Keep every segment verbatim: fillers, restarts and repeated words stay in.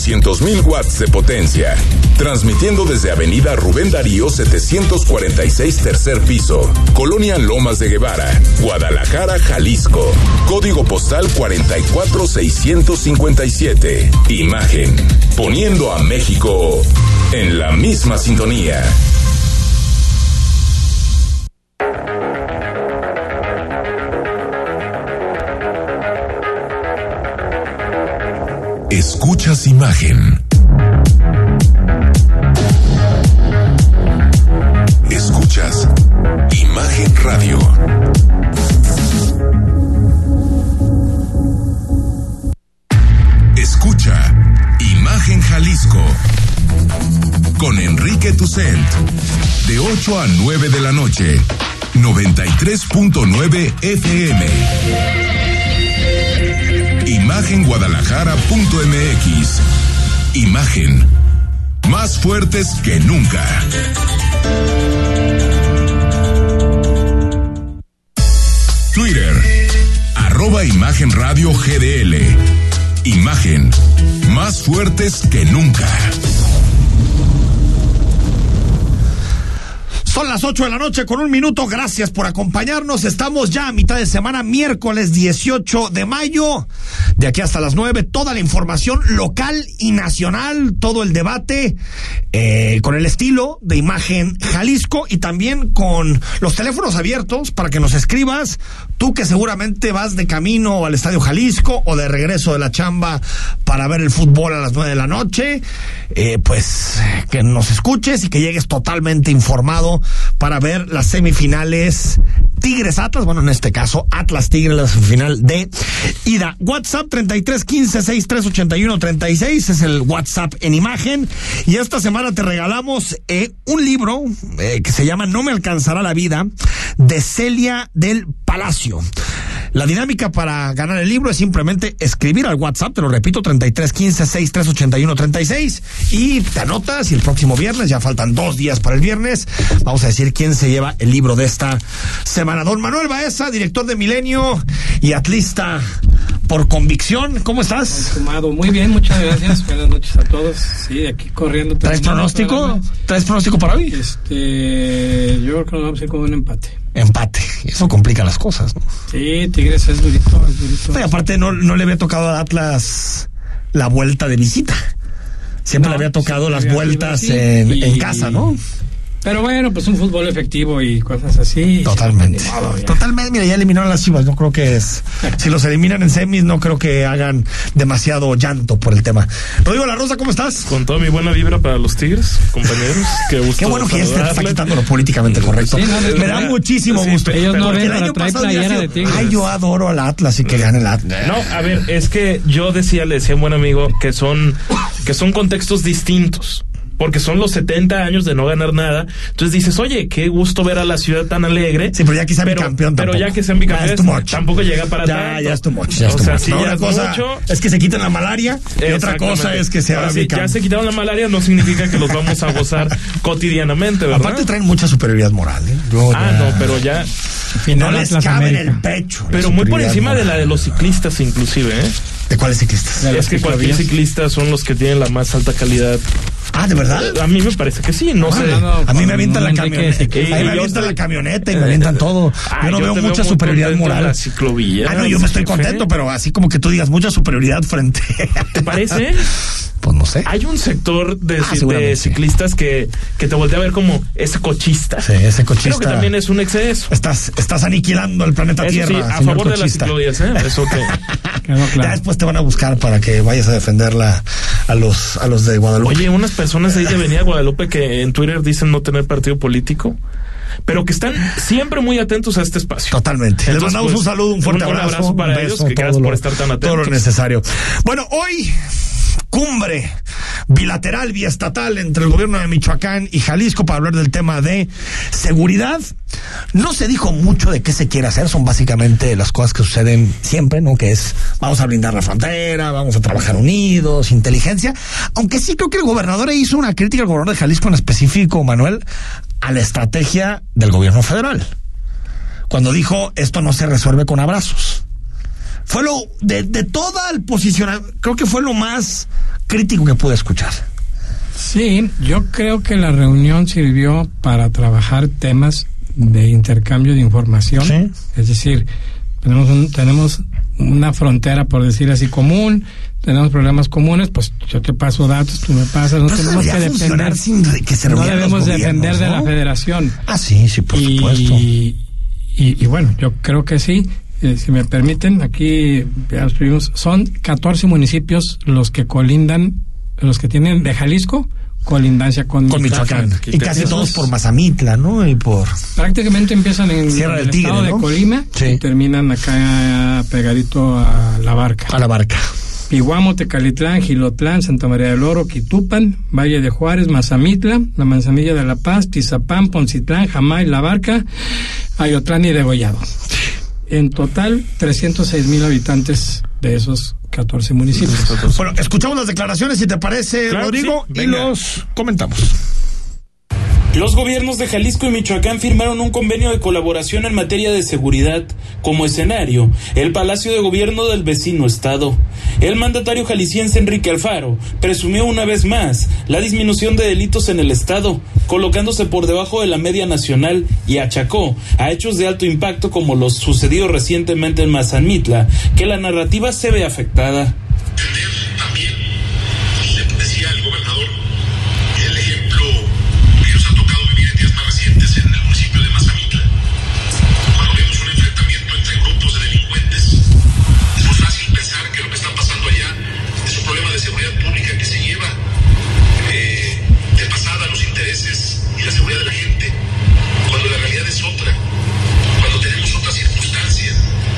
trescientos mil watts de potencia. Transmitiendo desde Avenida Rubén Darío setecientos cuarenta y seis, tercer piso, Colonia Lomas de Guevara, Guadalajara, Jalisco. Código postal cuarenta y cuatro mil seiscientos cincuenta y siete. Imagen. Poniendo a México en la misma sintonía. Escuchas Imagen. Escuchas Imagen Radio. Escucha Imagen Jalisco con Enrique Tucent de ocho a nueve de la noche, noventa y tres punto nueve F M. Imagen Guadalajara punto M X. Imagen. Más fuertes que nunca. Twitter. Arroba Imagen Radio G D L. Imagen. Más fuertes que nunca. Son las ocho de la noche con un minuto. Gracias por acompañarnos. Estamos ya a mitad de semana, miércoles dieciocho de mayo. De aquí hasta las nueve, toda la información local y nacional, todo el debate eh, con el estilo de Imagen Jalisco y también con los teléfonos abiertos para que nos escribas. Tú que seguramente vas de camino al Estadio Jalisco o de regreso de la chamba para ver el fútbol a las nueve de la noche, eh, pues que nos escuches y que llegues totalmente informado para ver las semifinales Tigres Atlas, bueno, en este caso Atlas Tigres, la semifinal de ida. WhatsApp treinta y tres quince sesenta y tres ochenta y uno treinta y seis es el WhatsApp en Imagen, y esta semana te regalamos eh, un libro eh, que se llama No me alcanzará la vida, de Celia del Palacio. La dinámica para ganar el libro es simplemente escribir al WhatsApp, te lo repito, treinta y tres quince sesenta y tres ochenta y uno treinta y seis, y te anotas, y el próximo viernes, ya faltan dos días para el viernes, vamos a decir quién se lleva el libro de esta semana. Don Manuel Baeza, director de Milenio y atlista por convicción, ¿cómo estás? Consumado. Muy bien, muchas gracias, buenas noches a todos. Sí, aquí corriendo. ¿Traes pronóstico? ¿Traes pronóstico para hoy? Este, yo creo que nos vamos a ir con un empate. Empate, eso complica las cosas, ¿no? Sí, Tigres es durito, es durito. Y aparte no, no le había tocado a Atlas la vuelta de visita. Siempre no, le había tocado las vueltas sí, en, y, en casa, ¿no? Pero bueno, pues un fútbol efectivo y cosas así. Totalmente. Modo, Totalmente. Mira, ya eliminaron a las Chivas. No creo que es. Si los eliminan en semis, no creo que hagan demasiado llanto por el tema. Rodrigo La Rosa, ¿cómo estás? Con toda mi buena vibra para los Tigres, compañeros. Qué gusto. Qué bueno que este está quitando lo políticamente correcto. Sí, no, me da muchísimo sí, gusto. Ellos no ven, el año pasado playera de Tigres. Ay, yo adoro al Atlas y que gane el Atlas. No, a ver, es que yo decía, le decía a un buen amigo que son, que son contextos distintos. Porque son los setenta años de no ganar nada. Entonces dices, oye, qué gusto ver a la ciudad tan alegre. Sí, pero ya que sea bicampeón Pero tampoco. ya que sean bicampeones, tampoco llega para ya, tanto. Ya es tu much, ya es o tu sea, much. si no, ya una es cosa mucho, es que se quiten la malaria y otra cosa es que se haga sí, bicampeón. Ya se quitaron la malaria, no significa que los vamos a gozar cotidianamente, ¿verdad? Aparte traen mucha superioridad moral, ¿eh? Yo ah, ya... no, pero ya... No les cabe en el pecho. Pero muy por encima moral. De la de los ciclistas, inclusive, ¿eh? ¿De cuáles ciclistas? Es que cualquier ciclista son los que tienen la más alta calidad. Ah, ¿de verdad? A mí me parece que sí, no ah, sé. No, no, a mí me avientan la camioneta. Que... A mí me avientan la camioneta y me avientan todo. Ah, yo no yo veo mucha veo superioridad moral. La ciclovía. Ah, no, yo me estoy contento, pero así como que tú digas mucha superioridad frente. ¿Te parece? Pues no sé. Hay un sector de, ah, de ciclistas que, que te voltea a ver como ese cochista. Sí, ese cochista. Creo que también es un exceso. Estás, estás aniquilando el planeta Eso Tierra. Sí, a favor cochista. De las ciclovías, ¿eh? Eso que. Claro, claro. Ya después te van a buscar para que vayas a defenderla a los, a los de Guadalupe. Oye, unas personas ahí de Avenida Guadalupe que en Twitter dicen no tener partido político, pero que están siempre muy atentos a este espacio. Totalmente. Entonces, les mandamos pues, un saludo, un fuerte un abrazo, abrazo para un beso, ellos, que gracias lo, por estar tan atentos. Todo lo necesario. Bueno, hoy cumbre bilateral, biestatal entre el gobierno de Michoacán y Jalisco para hablar del tema de seguridad. No se dijo mucho de qué se quiere hacer, son básicamente las cosas que suceden siempre, ¿no? Que es, vamos a blindar la frontera, vamos a trabajar unidos, inteligencia, aunque sí creo que el gobernador hizo una crítica al gobernador de Jalisco en específico, Manuel, a la estrategia del gobierno federal, cuando dijo, esto no se resuelve con abrazos. fue lo, de, de todo el posicionamiento, creo que fue lo más crítico que pude escuchar. Sí, yo creo que la reunión sirvió para trabajar temas de intercambio de información. ¿Sí? Es decir, tenemos un, tenemos una frontera, por decir así, común, tenemos problemas comunes, pues yo te paso datos, tú me pasas, no pero tenemos que depender, sin que se no debemos depender ¿no? de la federación. Ah, sí, sí, por y, supuesto. Y, y bueno, yo creo que sí. Eh, si me permiten, aquí ya estuvimos, son catorce municipios los que colindan, los que tienen de Jalisco, colindancia con, con Michoacán. Michoacán. Y casi Esos, todos por Mazamitla, ¿no? Y por... Prácticamente empiezan en, Sierra en del el Tigre, estado ¿no? de Colima, sí. Y terminan acá pegadito a La Barca. A La Barca. Pihuamo, Tecalitlán, Gilotlán, Santa María del Oro, Quitupan, Valle de Juárez, Mazamitla, La Manzanilla de La Paz, Tizapán, Poncitlán, Jamay, La Barca, Ayotlán y Degollado. En total, trescientos seis mil habitantes de esos catorce municipios. Bueno, escuchamos las declaraciones, si te parece, claro, Rodrigo, sí. Y los comentamos. Los gobiernos de Jalisco y Michoacán firmaron un convenio de colaboración en materia de seguridad. Como escenario, el Palacio de Gobierno del vecino estado. El mandatario jalisciense Enrique Alfaro presumió una vez más la disminución de delitos en el estado, colocándose por debajo de la media nacional, y achacó a hechos de alto impacto como los sucedidos recientemente en Mazamitla que la narrativa se ve afectada. También, decía el gobernador, en el municipio de Mazamitla. Cuando vemos un enfrentamiento entre grupos de delincuentes, es muy fácil pensar que lo que está pasando allá es un problema de seguridad pública que se lleva eh, de pasada los intereses y la seguridad de la gente, cuando la realidad es otra, cuando tenemos otra circunstancia,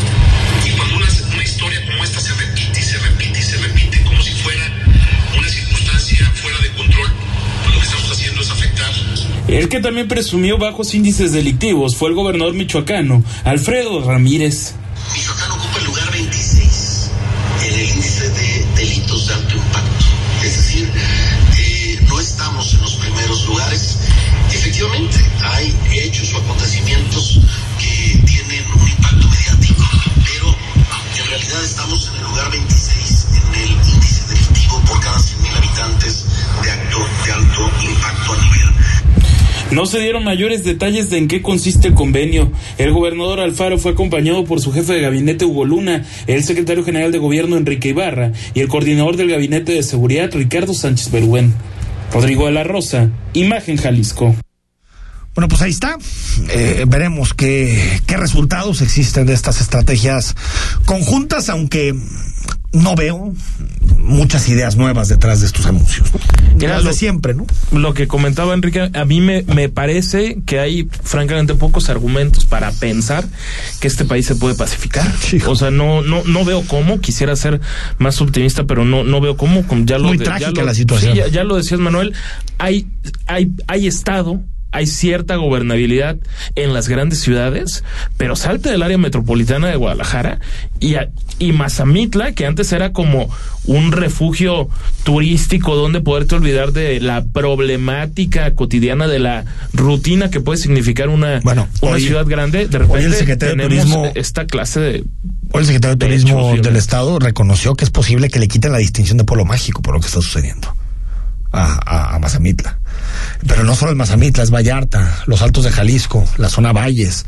y cuando una, una historia como esta se repite y se repite y se repite como si fuera una circunstancia fuera de control, pues lo que estamos haciendo es afectar. El que también presumió bajos índices delictivos fue el gobernador michoacano, Alfredo Ramírez. Michoacán ocupa el lugar veintiséis en el índice de delitos de alto impacto. Es decir, eh, no estamos en los primeros lugares. Efectivamente, hay hechos o acontecimientos que tienen un impacto mediático, pero en realidad estamos en el lugar veintiséis en el índice delictivo por cada cien mil habitantes de, acto, de alto impacto a nivel. No se dieron mayores detalles de en qué consiste el convenio. El gobernador Alfaro fue acompañado por su jefe de gabinete Hugo Luna, el secretario general de gobierno Enrique Ibarra y el coordinador del gabinete de seguridad Ricardo Sánchez Berúen. Rodrigo de la Rosa, Imagen Jalisco. Bueno, pues ahí está. Eh, veremos qué, qué resultados existen de estas estrategias conjuntas, aunque no veo muchas ideas nuevas detrás de estos anuncios. Era lo lo de siempre, ¿no? Lo que comentaba Enrique, a mí me, me parece que hay francamente pocos argumentos para pensar que este país se puede pacificar. Sí. O sea, no no no veo cómo. Quisiera ser más optimista, pero no no veo cómo. Ya lo Muy de, trágica ya lo, la situación. Sí, ya, ya lo decías, Manuel. Hay hay hay estado. Hay cierta gobernabilidad en las grandes ciudades, pero salte del área metropolitana de Guadalajara y, a, y Mazamitla, que antes era como un refugio turístico donde poderte olvidar de la problemática cotidiana, de la rutina que puede significar una, bueno, una hoy, ciudad grande. De repente el secretario tenemos de Turismo, esta clase de... Hoy el secretario de, de Turismo hechos, del Estado reconoció que es posible que le quiten la distinción de pueblo mágico por lo que está sucediendo a, a, a Mazamitla. Pero no solo el Mazamitla, es Vallarta, los Altos de Jalisco, la zona Valles.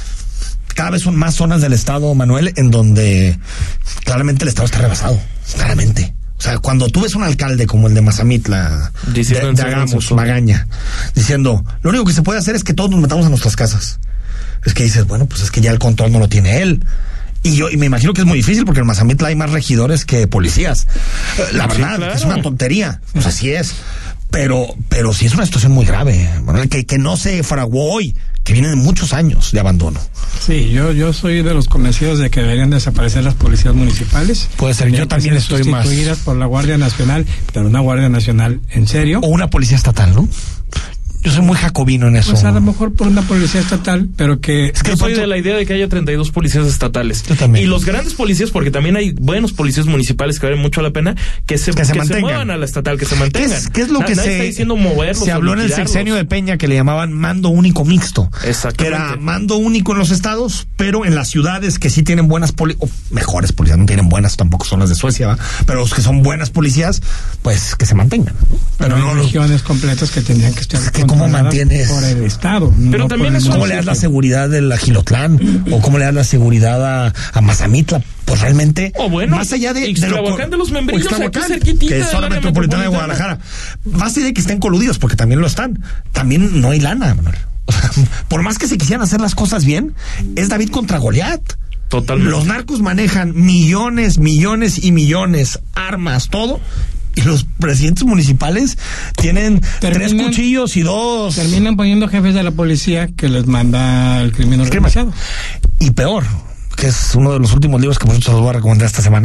Cada vez son más zonas del estado, Manuel, en donde claramente el estado está rebasado, claramente. O sea, cuando tú ves un alcalde como el de Mazamitla, de, de Hagamos, Magaña, diciendo, lo único que se puede hacer es que todos nos metamos a nuestras casas. Es que dices, bueno, pues es que ya el control no lo tiene él. Y yo y me imagino que es muy difícil porque en Mazamitla hay más regidores que policías. La verdad, sí, claro. Es una tontería. O sea, sí es. Pero, pero sí es una situación muy grave, Manuel, que, que no se fraguó hoy, que vienen muchos años de abandono. Sí, yo, yo soy de los convencidos de que deberían desaparecer las policías municipales. Puede ser, yo también estoy más. Sustituidas por la Guardia Nacional, pero una Guardia Nacional en serio. O una policía estatal, ¿no? Yo soy muy jacobino en eso. Pues a lo mejor por una policía estatal, pero que... Es que yo soy de la idea de que haya treinta y dos policías estatales. Yo también. Y los grandes policías, porque también hay buenos policías municipales que valen mucho la pena, que se, que se, que se mantengan. muevan a la estatal, que se mantengan. ¿Qué es, qué es lo Na, que nadie se, está diciendo moverlos se habló en el sexenio de Peña, que le llamaban mando único mixto? Exactamente. Que era mando único en los estados, pero en las ciudades que sí tienen buenas policías, o mejores policías, no tienen buenas, tampoco son las de Suecia, ¿va? Pero los que son buenas policías, pues que se mantengan. Pero, pero no hay regiones completas que tendrían que estar es que ¿cómo mantienes por el Estado? Pero no también es ¿Cómo le das la seguridad del Ajilotlán? ¿O cómo le das la seguridad a, a Mazamitla? Pues realmente, o bueno, más allá de, Ixtlahuacán de los Membrillos, aquí Ixtlahuacán, cerquitita que es zona metropolitana de Guadalajara, más allá de que estén coludidos, porque también lo están, también no hay lana, Manuel. O sea, por más que se quisieran hacer las cosas bien, es David contra Goliat. Totalmente. Los narcos manejan millones, millones y millones, armas, todo. Y los presidentes municipales tienen terminan, tres cuchillos y dos. Terminan poniendo jefes de la policía que les manda el crimen organizado. Y peor, que es uno de los últimos libros que por eso los voy a recomendar esta semana,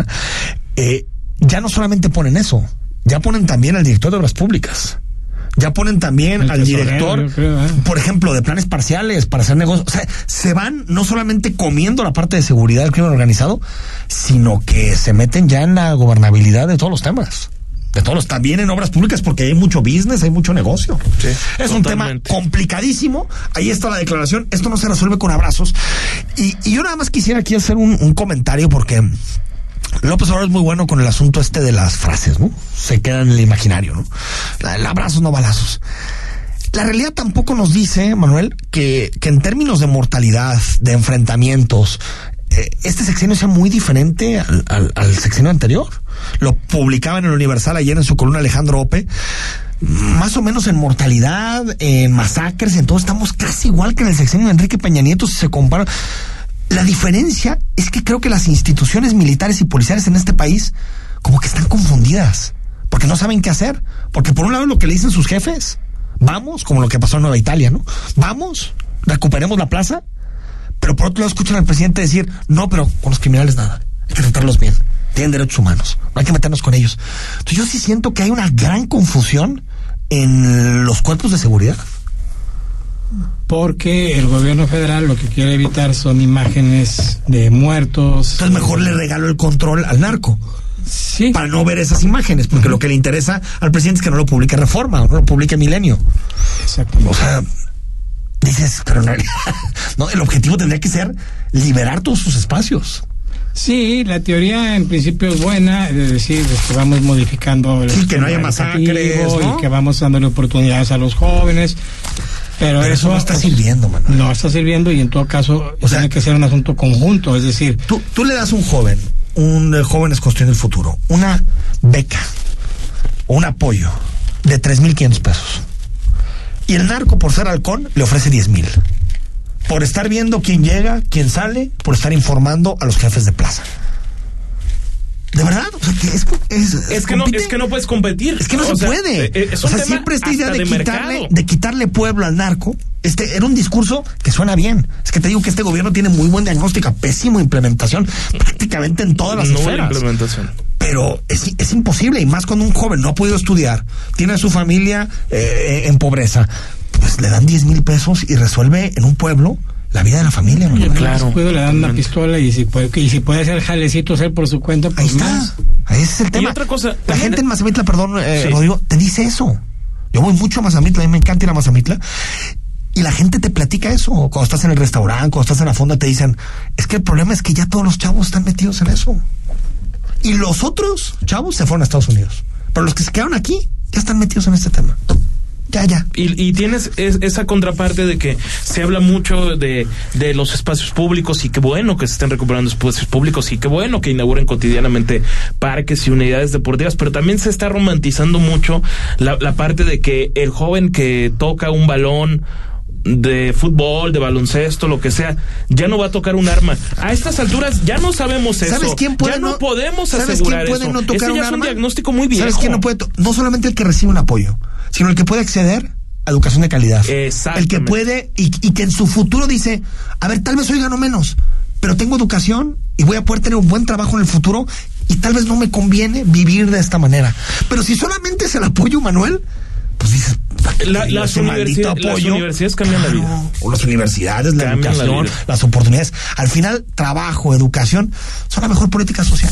eh, ya no solamente ponen eso, ya ponen también al director de obras públicas. Ya ponen también el al director, creo, ¿eh? por ejemplo, de planes parciales para hacer negocios. O sea, se van no solamente comiendo la parte de seguridad del crimen organizado, sino que se meten ya en la gobernabilidad de todos los temas. De todos los, también en obras públicas, porque hay mucho business, hay mucho negocio. Sí, es totalmente. Un tema complicadísimo. Ahí está la declaración. Esto no se resuelve con abrazos. Y, y yo nada más quisiera aquí hacer un, un comentario, porque López Obrador es muy bueno con el asunto este de las frases, ¿no? Se quedan en el imaginario, ¿no? El abrazos, no balazos. La realidad tampoco nos dice, Manuel, que, que en términos de mortalidad, de enfrentamientos, eh, este sexenio sea muy diferente al, al, al sexenio anterior. Lo publicaba en el Universal ayer en su columna Alejandro Ope. Más o menos en mortalidad, en masacres, en todo, estamos casi igual que en el sexenio de Enrique Peña Nieto, si se compara. La diferencia es que creo que las instituciones militares y policiales en este país como que están confundidas, porque no saben qué hacer, porque por un lado lo que le dicen sus jefes, vamos, como lo que pasó en Nueva Italia, ¿no? Vamos, recuperemos la plaza, pero por otro lado escuchan al presidente decir, no, pero con los criminales nada, hay que tratarlos bien, tienen derechos humanos, no hay que meternos con ellos. Entonces yo sí siento que hay una gran confusión en los cuerpos de seguridad. Porque el gobierno federal lo que quiere evitar son imágenes de muertos. Entonces mejor le regalo el control al narco. Sí. Para no ver esas imágenes, porque uh-huh. lo que le interesa al presidente es que no lo publique Reforma, o no lo publique Milenio. Exacto. O sea, dices, pero no, no, el objetivo tendría que ser liberar todos sus espacios. Sí, la teoría en principio es buena, es decir, es que vamos modificando el sí, que no haya masacres, ¿no? Y que vamos dándole oportunidades a los jóvenes. Pero, pero eso, eso no está sirviendo, man. No está sirviendo, y en todo caso o sea, tiene que ser un asunto conjunto, es decir... Tú, tú le das a un joven, un de Jóvenes Construyendo el Futuro, una beca o un apoyo de tres mil quinientos pesos. Y el narco, por ser halcón, le ofrece diez mil. Por estar viendo quién llega, quién sale, por estar informando a los jefes de plaza. ¿De verdad? O sea, que es, es, es, que no, es que no puedes competir. Es que no o se sea, puede. Es o sea, siempre esta idea de, de quitarle, de quitarle pueblo al narco, este era un discurso que suena bien. Es que te digo que este gobierno tiene muy buen diagnóstico, pésimo implementación, prácticamente en todas las no esferas. Implementación. Pero es, es imposible, y más cuando un joven no ha podido estudiar, tiene a su familia eh, en pobreza, pues le dan diez mil pesos y resuelve en un pueblo la vida de la familia, ¿no? Claro. Puedo le dan una pistola, y si puede, y si puede hacer jalecitos él por su cuenta, pues ahí está. Más. Ahí es el tema. Y otra cosa, la gente en Mazamitla, perdón, eh, sí. Rodrigo, te dice eso. Yo voy mucho a Mazamitla, a mí me encanta ir a Mazamitla, y la gente te platica eso. Cuando estás en el restaurante, cuando estás en la fonda, te dicen, es que el problema es que ya todos los chavos están metidos en eso. Y los otros chavos se fueron a Estados Unidos. Pero los que se quedaron aquí ya están metidos en este tema. Ya, ya. Y, y tienes es, esa contraparte de que se habla mucho de, de los espacios públicos, y qué bueno que se estén recuperando espacios públicos, y qué bueno que inauguren cotidianamente parques y unidades deportivas, pero también se está romantizando mucho la, la parte de que el joven que toca un balón de fútbol, de baloncesto, lo que sea, ya no va a tocar un arma. A estas alturas ya no sabemos eso. ¿Sabes quién puede ya no, no podemos ¿sabes asegurar quién puede eso. No tocar Ese un ya es arma? un diagnóstico muy viejo. ¿Sabes quién no puede? To- no solamente el que recibe un apoyo, sino el que puede acceder a educación de calidad. El que puede y, y que en su futuro dice, a ver, tal vez hoy gano menos, pero tengo educación y voy a poder tener un buen trabajo en el futuro, y tal vez no me conviene vivir de esta manera. Pero si solamente es el apoyo, Manuel, pues dices, ¿para La, las, universidad, las universidades cambian la vida. O las universidades, la cambian educación, la las oportunidades. Al final, trabajo, educación, son la mejor política social.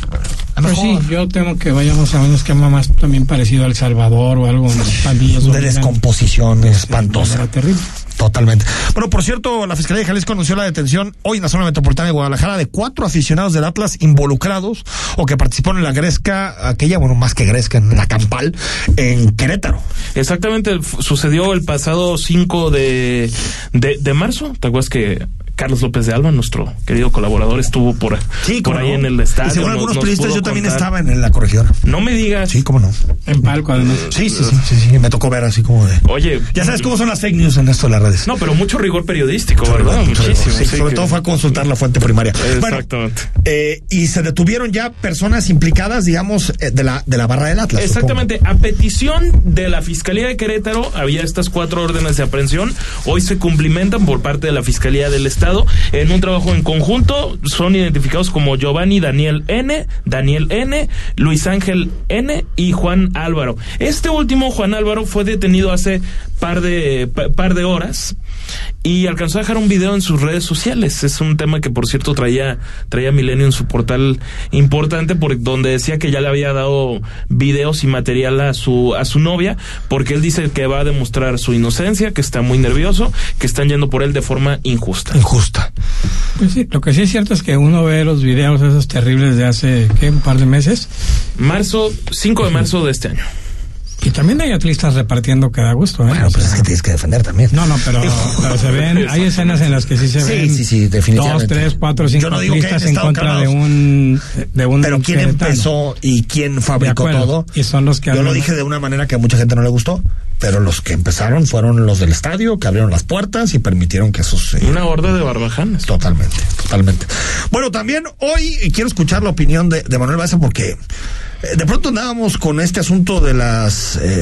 La Pues mejor. sí, yo temo que vayamos a un esquema más también parecido a El Salvador o algo de pandillas. De descomposición espantosa. Era terrible. Totalmente. Bueno, por cierto, la Fiscalía de Jalisco anunció la detención hoy en la zona metropolitana de Guadalajara de cuatro aficionados del Atlas involucrados o que participaron en la gresca, aquella, bueno, más que gresca, en la campal, en Querétaro. Exactamente, f- sucedió el pasado cinco de, de, de marzo. ¿Te acuerdas que Carlos López de Alba, nuestro querido colaborador, estuvo por, Sí, por cómo ahí no. en el estadio? Y según nos- algunos nos periodistas, pudo yo también contar. estaba en la corregidora. No me digas. Sí, cómo no. En palco, además. Sí, sí, sí, sí, sí, me tocó ver así como de... Oye. Ya sabes cómo son las fake news en esto de las redes. No, pero mucho rigor periodístico, ¿verdad? Mucho rigor, Muchísimo. sí, sí, sobre que- todo fue a consultar la fuente primaria. Exactamente. Bueno, eh, y se detuvieron ya personas implicadas, digamos, eh, de la de la barra del Atlas. Exactamente, a petición de la Fiscalía de Querétaro había estas cuatro órdenes de aprehensión, hoy se cumplimentan por parte de la Fiscalía del Estado en un trabajo en conjunto, son identificados como Giovanni Daniel N, Daniel N, Luis Ángel N y Juan Álvaro. Este último, Juan Álvaro, fue detenido hace par de pa- par de horas y alcanzó a dejar un video en sus redes sociales. Es un tema que, por cierto, traía traía Milenio en su portal importante, por donde decía que ya le había dado videos y material a su a su novia, porque él dice que va a demostrar su inocencia, que está muy nervioso, que están yendo por él de forma injusta. Injusta. Pues sí, lo que sí es cierto es que uno ve los videos esos terribles de hace, ¿qué? Un par de meses. Marzo, cinco de marzo de este año. Y también hay atlistas repartiendo que da gusto, ¿eh? Bueno, O pues sea, es que tienes que defender también. No, no, pero, pero se ven, hay escenas en las que sí se Sí, ven sí, sí, definitivamente. dos, tres, cuatro, cinco Yo no digo que atlistas hayan en estado contra de calmados. un, de un Pero quién queretano. empezó y quién De fabricó acuerdo. todo. Y son los que Yo lo hablan- dije de una manera que a mucha gente no le gustó, pero los que empezaron fueron los del estadio, que abrieron las puertas y permitieron que eso se... Una horda de barbajanes. Totalmente, totalmente. Bueno, también hoy quiero escuchar la opinión de, de Manuel Baeza porque eh, de pronto andábamos con este asunto de las eh,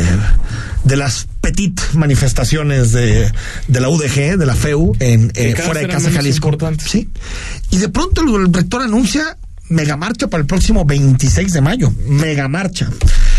de las petit manifestaciones de, de la U D G, de la F E U, en Que eh, cada fuera de vez Casa eran menos Jalisco. importantes. Sí. Y de pronto el, el rector anuncia megamarcha para el próximo veintiséis de mayo. Megamarcha.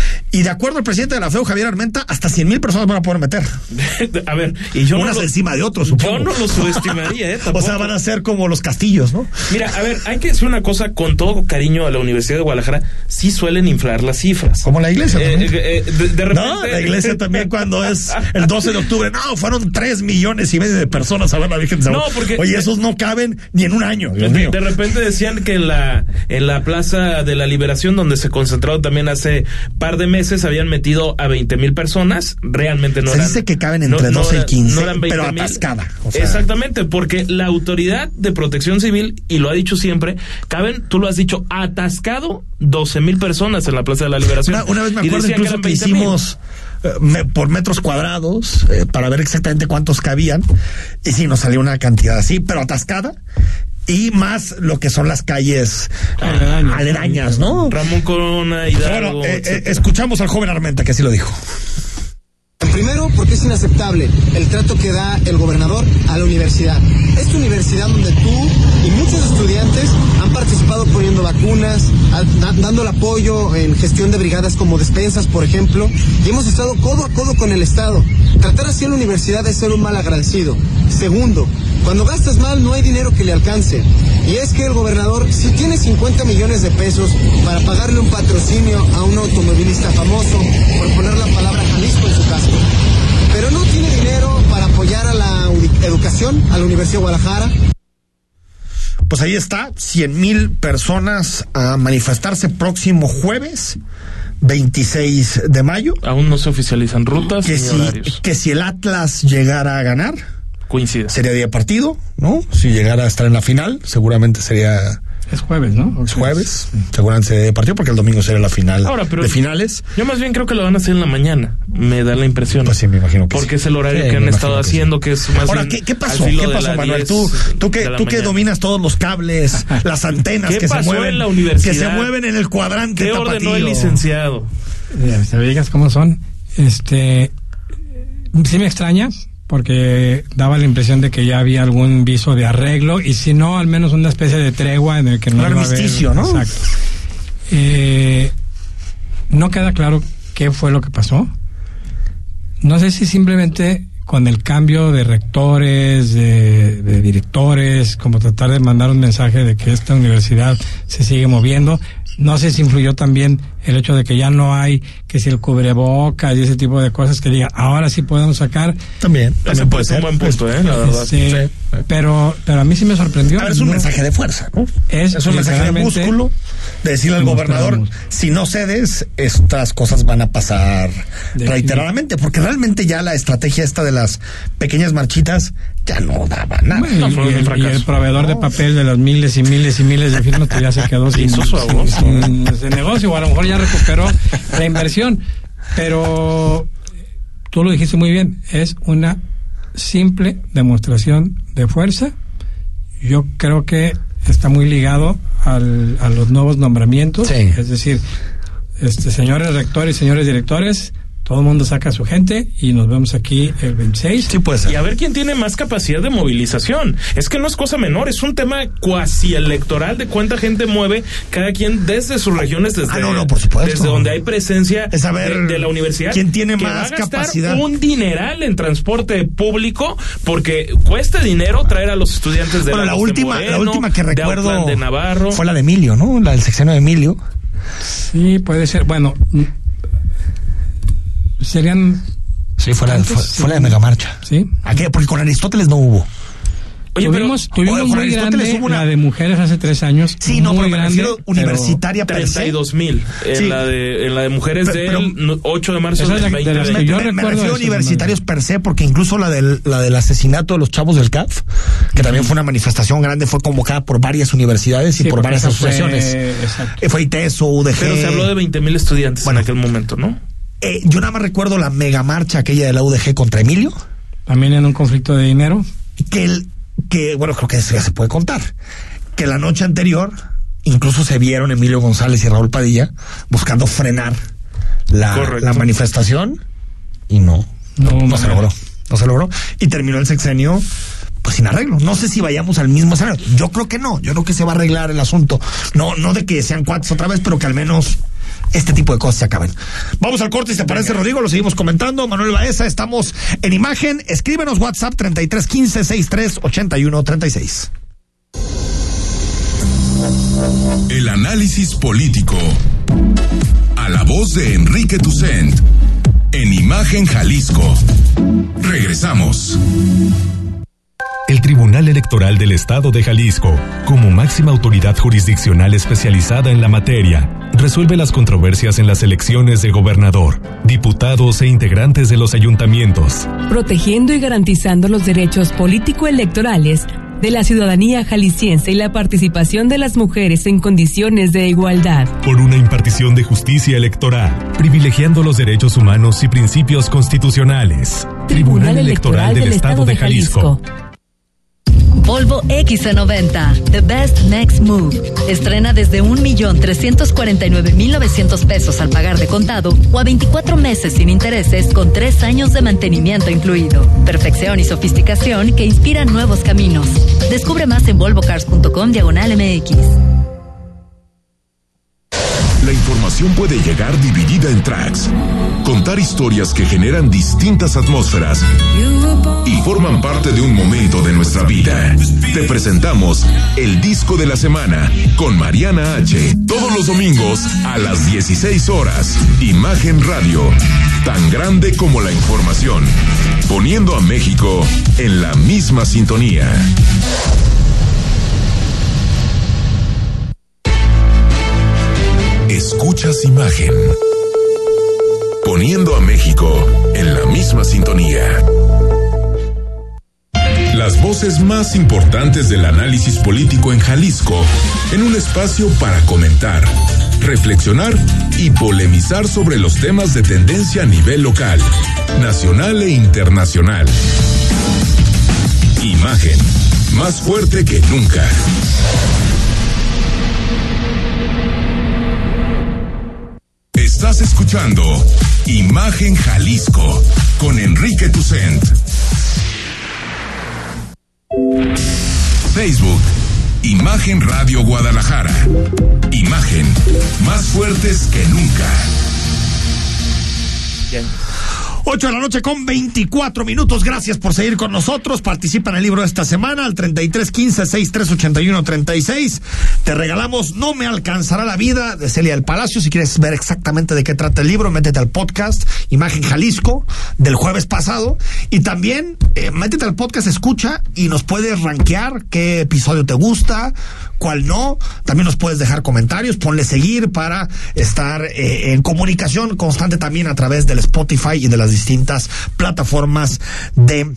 Y de acuerdo al presidente de la F E U, Javier Armenta, hasta cien mil personas van a poder meter. A ver, y yo Unas no lo, encima de otros, supongo. yo no lo subestimaría, ¿eh? O Tampoco. sea, van a ser como los castillos, ¿no? Mira, a ver, hay que decir una cosa con todo cariño a la Universidad de Guadalajara, sí suelen inflar las cifras. Como la iglesia Eh, también. eh, eh, de, de repente... No, la iglesia también cuando es el doce de octubre. No, fueron tres millones y medio de personas a ver la Virgen de Salud. No, porque- Oye, esos no caben ni en un año, Dios De, mío. de repente decían que en la en la Plaza de la Liberación, donde se concentraron también hace par de meses, habían metido a veinte mil personas. Realmente no Se eran... dice que caben entre doce y quince, pero atascada, o sea. Exactamente, porque la Autoridad de Protección Civil, y lo ha dicho siempre, caben, tú lo has dicho, atascado doce mil personas en la Plaza de la Liberación. Una, una vez me Y acuerdo decían incluso eran que veinte mil. hicimos eh, me- por metros cuadrados eh, para ver exactamente cuántos cabían. Y sí, nos salió una cantidad así, pero atascada. Y más lo que son las calles ah, Aledañas. aledañas, ¿no? Ramón Corona, Hidalgo, Bueno, eh, eh, etcétera. escuchamos al joven Armenta que así lo dijo. Primero, porque es inaceptable el trato que da el gobernador a la universidad. Esta universidad donde tú y muchos estudiantes han participado poniendo vacunas, a- da- dando el apoyo en gestión de brigadas como despensas, por ejemplo, y hemos estado codo a codo con el Estado. Tratar así a la universidad es ser un mal agradecido. Segundo, cuando gastas mal no hay dinero que le alcance. Y es que el gobernador, si tiene cincuenta millones de pesos para pagarle un patrocinio a un automovilista famoso, por poner la palabra Jalisco en su casco, pero no tiene dinero para apoyar a la uni- educación, a la Universidad de Guadalajara. Pues ahí está, cien mil personas a manifestarse próximo jueves, veintiséis de mayo. Aún no se oficializan rutas Que ni si, horarios. que si el Atlas llegara a ganar, Coincide. sería día de partido, ¿no? Si llegara a estar en la final, seguramente sería Es jueves, ¿no? es jueves, seguramente sería día de partido, porque el domingo sería la final Ahora, pero- de finales. Yo más bien creo que lo van a hacer en la mañana, me da la impresión. Pues sí, me imagino que Porque sí. es el horario Sí, que han me estado imagino que sí. haciendo, que es más Ahora, bien ¿qué, qué pasó? al filo ¿Qué de pasó, la Manuel? diez Tú, tú que, de la tú que mañana. dominas todos los cables, las antenas ¿Qué que se pasó mueven, en la universidad? que se mueven en el cuadrante ¿Qué ordenó tapatío. el licenciado? Ya, te digas cómo son. Este, sí me extraña, porque daba la impresión de que ya había algún viso de arreglo, y si no, al menos una especie de tregua en el que no Un iba a haber- armisticio, ¿no? Exacto. Eh, no queda claro qué fue lo que pasó. no sé si simplemente con el cambio de rectores, de, de directores, como tratar de mandar un mensaje de que esta universidad se sigue moviendo. No sé si influyó también el hecho de que ya no hay, que si el cubrebocas y ese tipo de cosas que diga, ahora sí podemos sacar. También, también Ese puede ser un buen punto, ¿eh? La verdad. Sí, sí. Pero, pero a mí sí me sorprendió. Ahora es un ¿no? mensaje de fuerza, ¿no? Es, es un mensaje de músculo, de decirle al gobernador, si no cedes, estas cosas van a pasar de reiteradamente, porque realmente ya la estrategia esta de las pequeñas marchitas ya no daba nada. Bueno, no, y, el, y el proveedor no. de papel de las miles y miles y miles de firmas que ya se quedó sin, sin, sin, sin ese negocio, o a lo mejor ya recuperó la inversión. Pero tú lo dijiste muy bien, es una simple demostración de fuerza. Yo creo que está muy ligado al, a los nuevos nombramientos, sí. Es decir, este señores rectores y señores directores, todo el mundo saca a su gente y nos vemos aquí el veintiséis. Sí, puede ser. Y a ver quién tiene más capacidad de movilización. Es que no es cosa menor, es un tema cuasi electoral de cuánta gente mueve cada quien desde sus regiones, desde, ah, no, no, por supuesto. desde donde hay presencia es saber de, de la universidad. ¿Quién tiene que más va a gastar capacidad? Un dineral en transporte público porque cuesta dinero traer a los estudiantes de, bueno, la última, Moreno, la última que recuerdo de, de Navarro. Fue la de Emilio, ¿no? La del sexenio de Emilio. Sí, puede ser. Bueno, serían sí fue la, fue, fue la de Megamarcha. Sí. ¿A qué? Porque con Aristóteles no hubo. Oye, tuvimos, pero, tuvimos muy grande una... la de mujeres hace tres años. Sí, no, pero me refiero universitaria per se. treinta y dos mil en, sí. la de, en la de mujeres pero, del pero, ocho de marzo del veinte veinte. Me, me, me refiero a universitarios per se, porque incluso la del, la del asesinato de los chavos del C A F, que también fue una manifestación grande, fue convocada por varias universidades sí, y por varias asociaciones. Fue, fue ITESO, U D G. Pero se habló de veinte mil estudiantes bueno, en aquel momento, ¿no? Eh, yo nada más recuerdo la megamarcha aquella de la U D G contra Emilio. También en un conflicto de dinero. Que el, que bueno, creo que eso ya se puede contar. Que la noche anterior, incluso se vieron Emilio González y Raúl Padilla buscando frenar la, la manifestación y no, no, no, no se logró. No se logró. Y terminó el sexenio pues sin arreglo. No sé si vayamos al mismo escenario. Yo creo que no. Yo creo que se va a arreglar el asunto. No, no de que sean cuates otra vez, pero que al menos este tipo de cosas se acaben. Vamos al corte, si te parece, Rodrigo, lo seguimos comentando. Manuel Baeza, estamos en imagen. Escríbenos WhatsApp treinta y tres quince sesenta y tres ochenta y uno treinta y seis. El análisis político. A la voz de Enrique Tucent. En Imagen Jalisco. Regresamos. El Tribunal Electoral del Estado de Jalisco, como máxima autoridad jurisdiccional especializada en la materia, resuelve las controversias en las elecciones de gobernador, diputados e integrantes de los ayuntamientos, protegiendo y garantizando los derechos político-electorales de la ciudadanía jalisciense y la participación de las mujeres en condiciones de igualdad. Por una impartición de justicia electoral, privilegiando los derechos humanos y principios constitucionales. Tribunal, Tribunal Electoral, Electoral del, del Estado de Jalisco. Jalisco. Volvo X C noventa, The Best Next Move. Estrena desde un millón trescientos cuarenta y nueve mil novecientos pesos al pagar de contado o a veinticuatro meses sin intereses con tres años de mantenimiento incluido. Perfección y sofisticación que inspiran nuevos caminos. Descubre más en volvocars punto com diagonal M X. La información puede llegar dividida en tracks. Contar historias que generan distintas atmósferas y forman parte de un momento de nuestra vida. Te presentamos el disco de la semana con Mariana H. Todos los domingos a las dieciséis horas. Imagen Radio. Tan grande como la información. Poniendo a México en la misma sintonía. Escuchas Imagen. Poniendo a México en la misma sintonía. Las voces más importantes del análisis político en Jalisco, en un espacio para comentar, reflexionar y polemizar sobre los temas de tendencia a nivel local, nacional e internacional. Imagen, más fuerte que nunca. Estás escuchando Imagen Jalisco con Enrique Tucent. Facebook, Imagen Radio Guadalajara. Imagen, más fuertes que nunca. Bien. ocho de la noche con veinticuatro minutos. Gracias por seguir con nosotros. Participa en el libro de esta semana al treinta y tres quince sesenta y tres ochenta y uno treinta y seis. Te regalamos No me alcanzará la vida de Celia del Palacio. Si quieres ver exactamente de qué trata el libro, métete al podcast Imagen Jalisco del jueves pasado. Y también eh, métete al podcast, escucha y nos puedes rankear qué episodio te gusta, cuál no. También nos puedes dejar comentarios, ponle seguir para estar eh, en comunicación constante también a través del Spotify y de las distintas plataformas de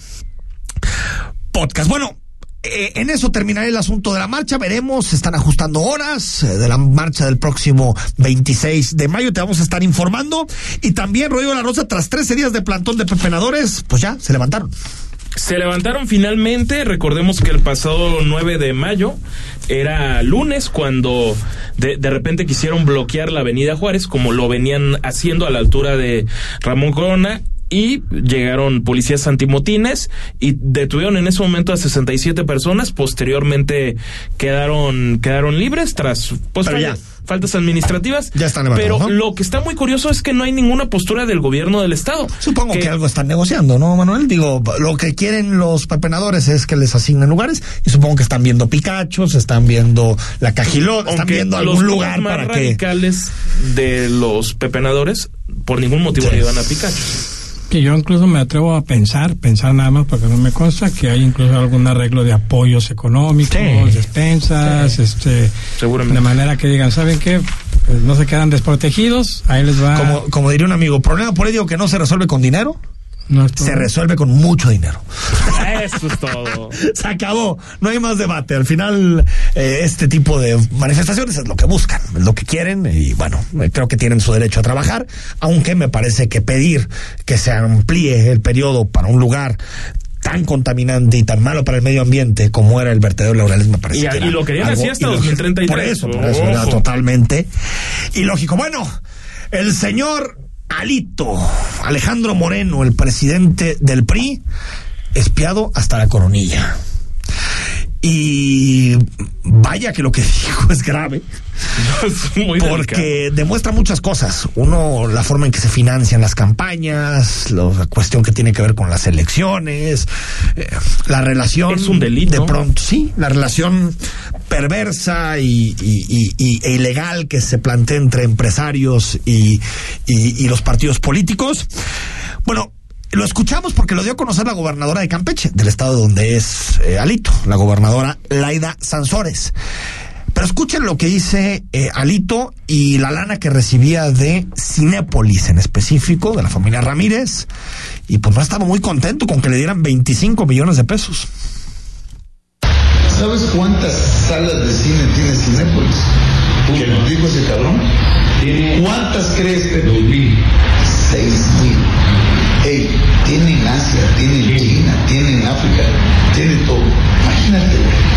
podcast. Bueno, eh, en eso terminará el asunto de la marcha. Veremos, se están ajustando horas eh, de la marcha del próximo veintiséis de mayo. Te vamos a estar informando. Y también, Rodrigo La Rosa, tras trece días de plantón de pepenadores, pues ya se levantaron. Se levantaron finalmente. Recordemos que el pasado nueve de mayo era lunes cuando de, de repente quisieron bloquear la avenida Juárez, como lo venían haciendo a la altura de Ramón Corona, y llegaron policías antimotines y detuvieron en ese momento a sesenta y siete personas. Posteriormente quedaron quedaron libres tras pues, fallas, faltas administrativas. Ya están levantados, Pero ¿no? lo que está muy curioso es que no hay ninguna postura del gobierno del estado. Supongo que, que algo están negociando, ¿no, Manuel? Digo, lo que quieren los pepenadores es que les asignen lugares, y supongo que están viendo Picachos, están viendo la Cajilota, están viendo algún lugar los para más que... radicales de los pepenadores por ningún motivo Sí. le iban a Picachos. Que yo incluso me atrevo a pensar, pensar nada más porque no me consta, que hay incluso algún arreglo de apoyos económicos, Sí. despensas, Sí. este, Seguramente. de manera que digan, ¿saben qué? Pues no se quedan desprotegidos, ahí les va. Como, como diría un amigo, problema político que no se resuelve con dinero, No es todo. se resuelve con mucho dinero. Eso es todo. Se acabó, no hay más debate. Al final, eh, este tipo de manifestaciones es lo que buscan, es lo que quieren, y bueno, eh, creo que tienen su derecho a trabajar, aunque me parece que pedir que se amplíe el periodo para un lugar tan contaminante y tan malo para el medio ambiente como era el vertedero Laureles, me parece Y, que y era lo querían algo así hasta ilógico. dos mil treinta y tres. Por eso, por eso era Ojo. totalmente ilógico. Bueno, el señor Alito, Alejandro Moreno, el presidente del P R I, espiado hasta la coronilla. Y vaya que lo que dijo es grave, Es muy porque delicado. demuestra muchas cosas. Uno, la forma en que se financian las campañas, la cuestión que tiene que ver con las elecciones, eh, la relación... Es un delito. De pronto, sí, la relación perversa y, y, y, y e ilegal que se plantea entre empresarios y, y, y los partidos políticos. Bueno, lo escuchamos porque lo dio a conocer la gobernadora de Campeche, del estado donde es eh, Alito, la gobernadora Laida Sansores. Pero escuchen lo que dice eh, Alito y la lana que recibía de Cinépolis, en específico, de la familia Ramírez, y pues no estaba muy contento con que le dieran veinticinco millones de pesos. ¿Sabes cuántas salas de cine tiene Cinépolis? ¿Que nos dijo ese cabrón? ¿Cuántas crees que? Dos mil. Seis mil. Ey, tiene en Asia, tiene en China, tiene en África, tiene todo. Imagínate,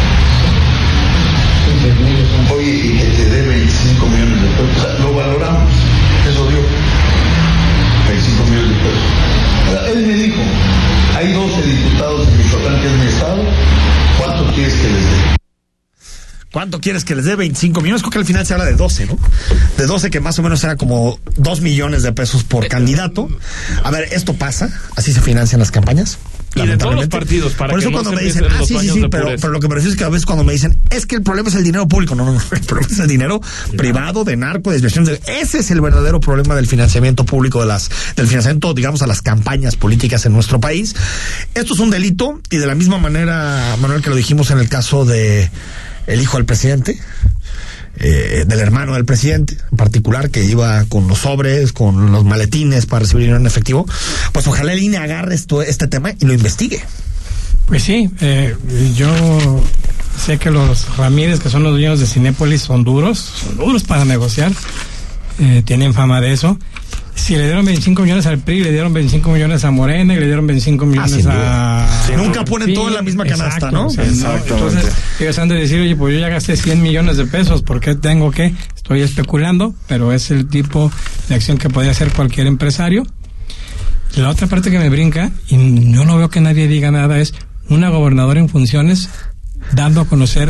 güey. Oye, y que te dé veinticinco millones de pesos. O sea, lo valoramos. Eso dio. veinticinco millones de pesos. O sea, él me dijo, hay doce diputados en Michoacán, que es mi estado. ¿Cuánto quieres que les dé? ¿Cuánto quieres que les dé? veinticinco millones, creo que al final se habla de doce, ¿no? De doce, que más o menos era como dos millones de pesos por candidato. A ver, esto pasa, así se financian las campañas. Y de todos los partidos, para Por eso que no cuando se me dicen, empiecen ah, los sí, sí, baños sí, de pero, pureza. pero lo que me refiero es que a veces cuando me dicen, es que el problema es el dinero público. No, no, no, el problema es el dinero privado, de narco, de desviación. De... Ese es el verdadero problema del financiamiento público, de las, del financiamiento, digamos, a las campañas políticas en nuestro país. Esto es un delito, y de la misma manera, Manuel, que lo dijimos en el caso de el hijo del presidente, eh, del hermano del presidente en particular, que iba con los sobres, con los maletines para recibir dinero en efectivo, pues ojalá el I N E agarre esto, este tema y lo investigue. Pues sí, eh, yo sé que los Ramírez, que son los dueños de Cinépolis, son duros, son duros para negociar, eh, tienen fama de eso. Si le dieron veinticinco millones al P R I, le dieron veinticinco millones a Morena y le dieron veinticinco millones ah, a... sí, nunca ponen todo en la misma canasta, exacto, ¿no? O sea, no, entonces, empezando a decir, oye, pues yo ya gasté cien millones de pesos, ¿por qué tengo que? Estoy especulando, pero es el tipo de acción que podría hacer cualquier empresario. La otra parte que me brinca, y yo no veo que nadie diga nada, es una gobernadora en funciones dando a conocer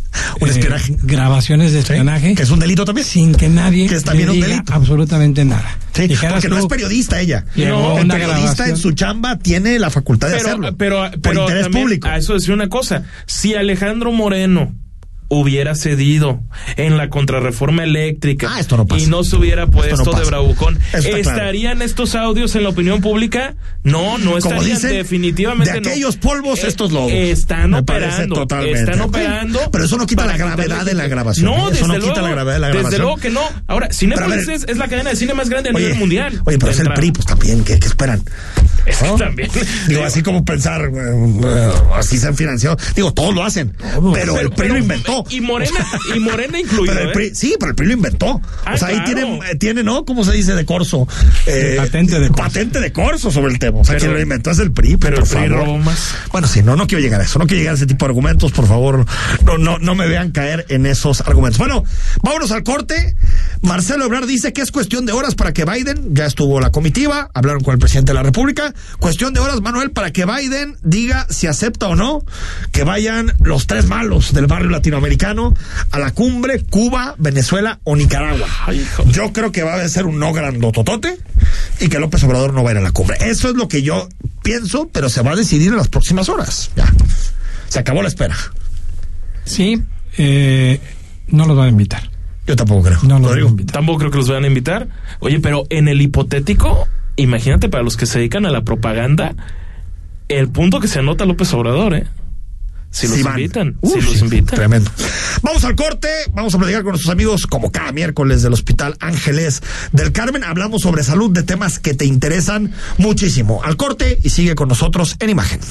Un eh, espionaje. Grabaciones de espionaje. ¿Sí? Que es un delito también. Sin que nadie que es también le un diga delito. absolutamente nada. Sí, porque tú, no es periodista ella. No, el periodista grabación. En su chamba tiene la facultad de pero, hacerlo. Pero, por pero interés público. A eso decir una cosa. Si Alejandro Moreno hubiera cedido en la contrarreforma eléctrica ah, esto no pasa. y no se hubiera puesto no de bravucón, ¿estarían claro. estos audios en la opinión pública? No, no estarían. Como dicen, definitivamente. De aquellos no. polvos, eh, estos lodos. Están operando. Están operando. Pero eso no quita la gravedad de la grabación. No, eso desde no luego, quita la gravedad de la grabación. Desde luego que no. Ahora, Cinépolis es, es la cadena de cine más grande a oye, nivel mundial. Oye, pero es el P R I, pues también, ¿qué, qué esperan? Es ¿no? también. Digo, así como pensar, uh, así se han financiado. Digo, todos lo hacen. Todo. Pero, pero el P R I lo inventó. Y Morena. Y Morena incluido, pero el P R I, ¿eh? Sí, pero el P R I lo inventó. Ah, o sea, claro. ahí tiene, tiene, ¿no? ¿Cómo se dice? De corso. Eh, patente de corso. Patente de corso sobre el tema. O sea, pero, quien lo inventó es el P R I. Pero el P R I robó más. Bueno, sí, no, no quiero llegar a eso. No quiero llegar a ese tipo de argumentos. Por favor, no, no, no me vean caer en esos argumentos. Bueno, vámonos al corte. Marcelo Ebrard dice que es cuestión de horas para que Biden, ya estuvo la comitiva, hablaron con el presidente de la República. Cuestión de horas, Manuel, para que Biden diga si acepta o no que vayan los tres malos del barrio latinoamericano a la cumbre, Cuba, Venezuela o Nicaragua. Ay, yo creo que va a ser un no grandototote y que López Obrador no va a ir a la cumbre. Eso es lo que yo pienso, pero se va a decidir en las próximas horas. Ya. Se acabó la espera. Sí, eh, no los van a invitar. Yo tampoco creo. No, no, digo. Tampoco creo que los vayan a invitar. Oye, pero en el hipotético, imagínate para los que se dedican a la propaganda, el punto que se anota López Obrador, ¿eh? Si los sí invitan, Uf, si los sí, invitan. Tremendo. Vamos al corte, vamos a platicar con nuestros amigos como cada miércoles del Hospital Ángeles del Carmen. Hablamos sobre salud, de temas que te interesan muchísimo. Al corte y sigue con nosotros en Imagen.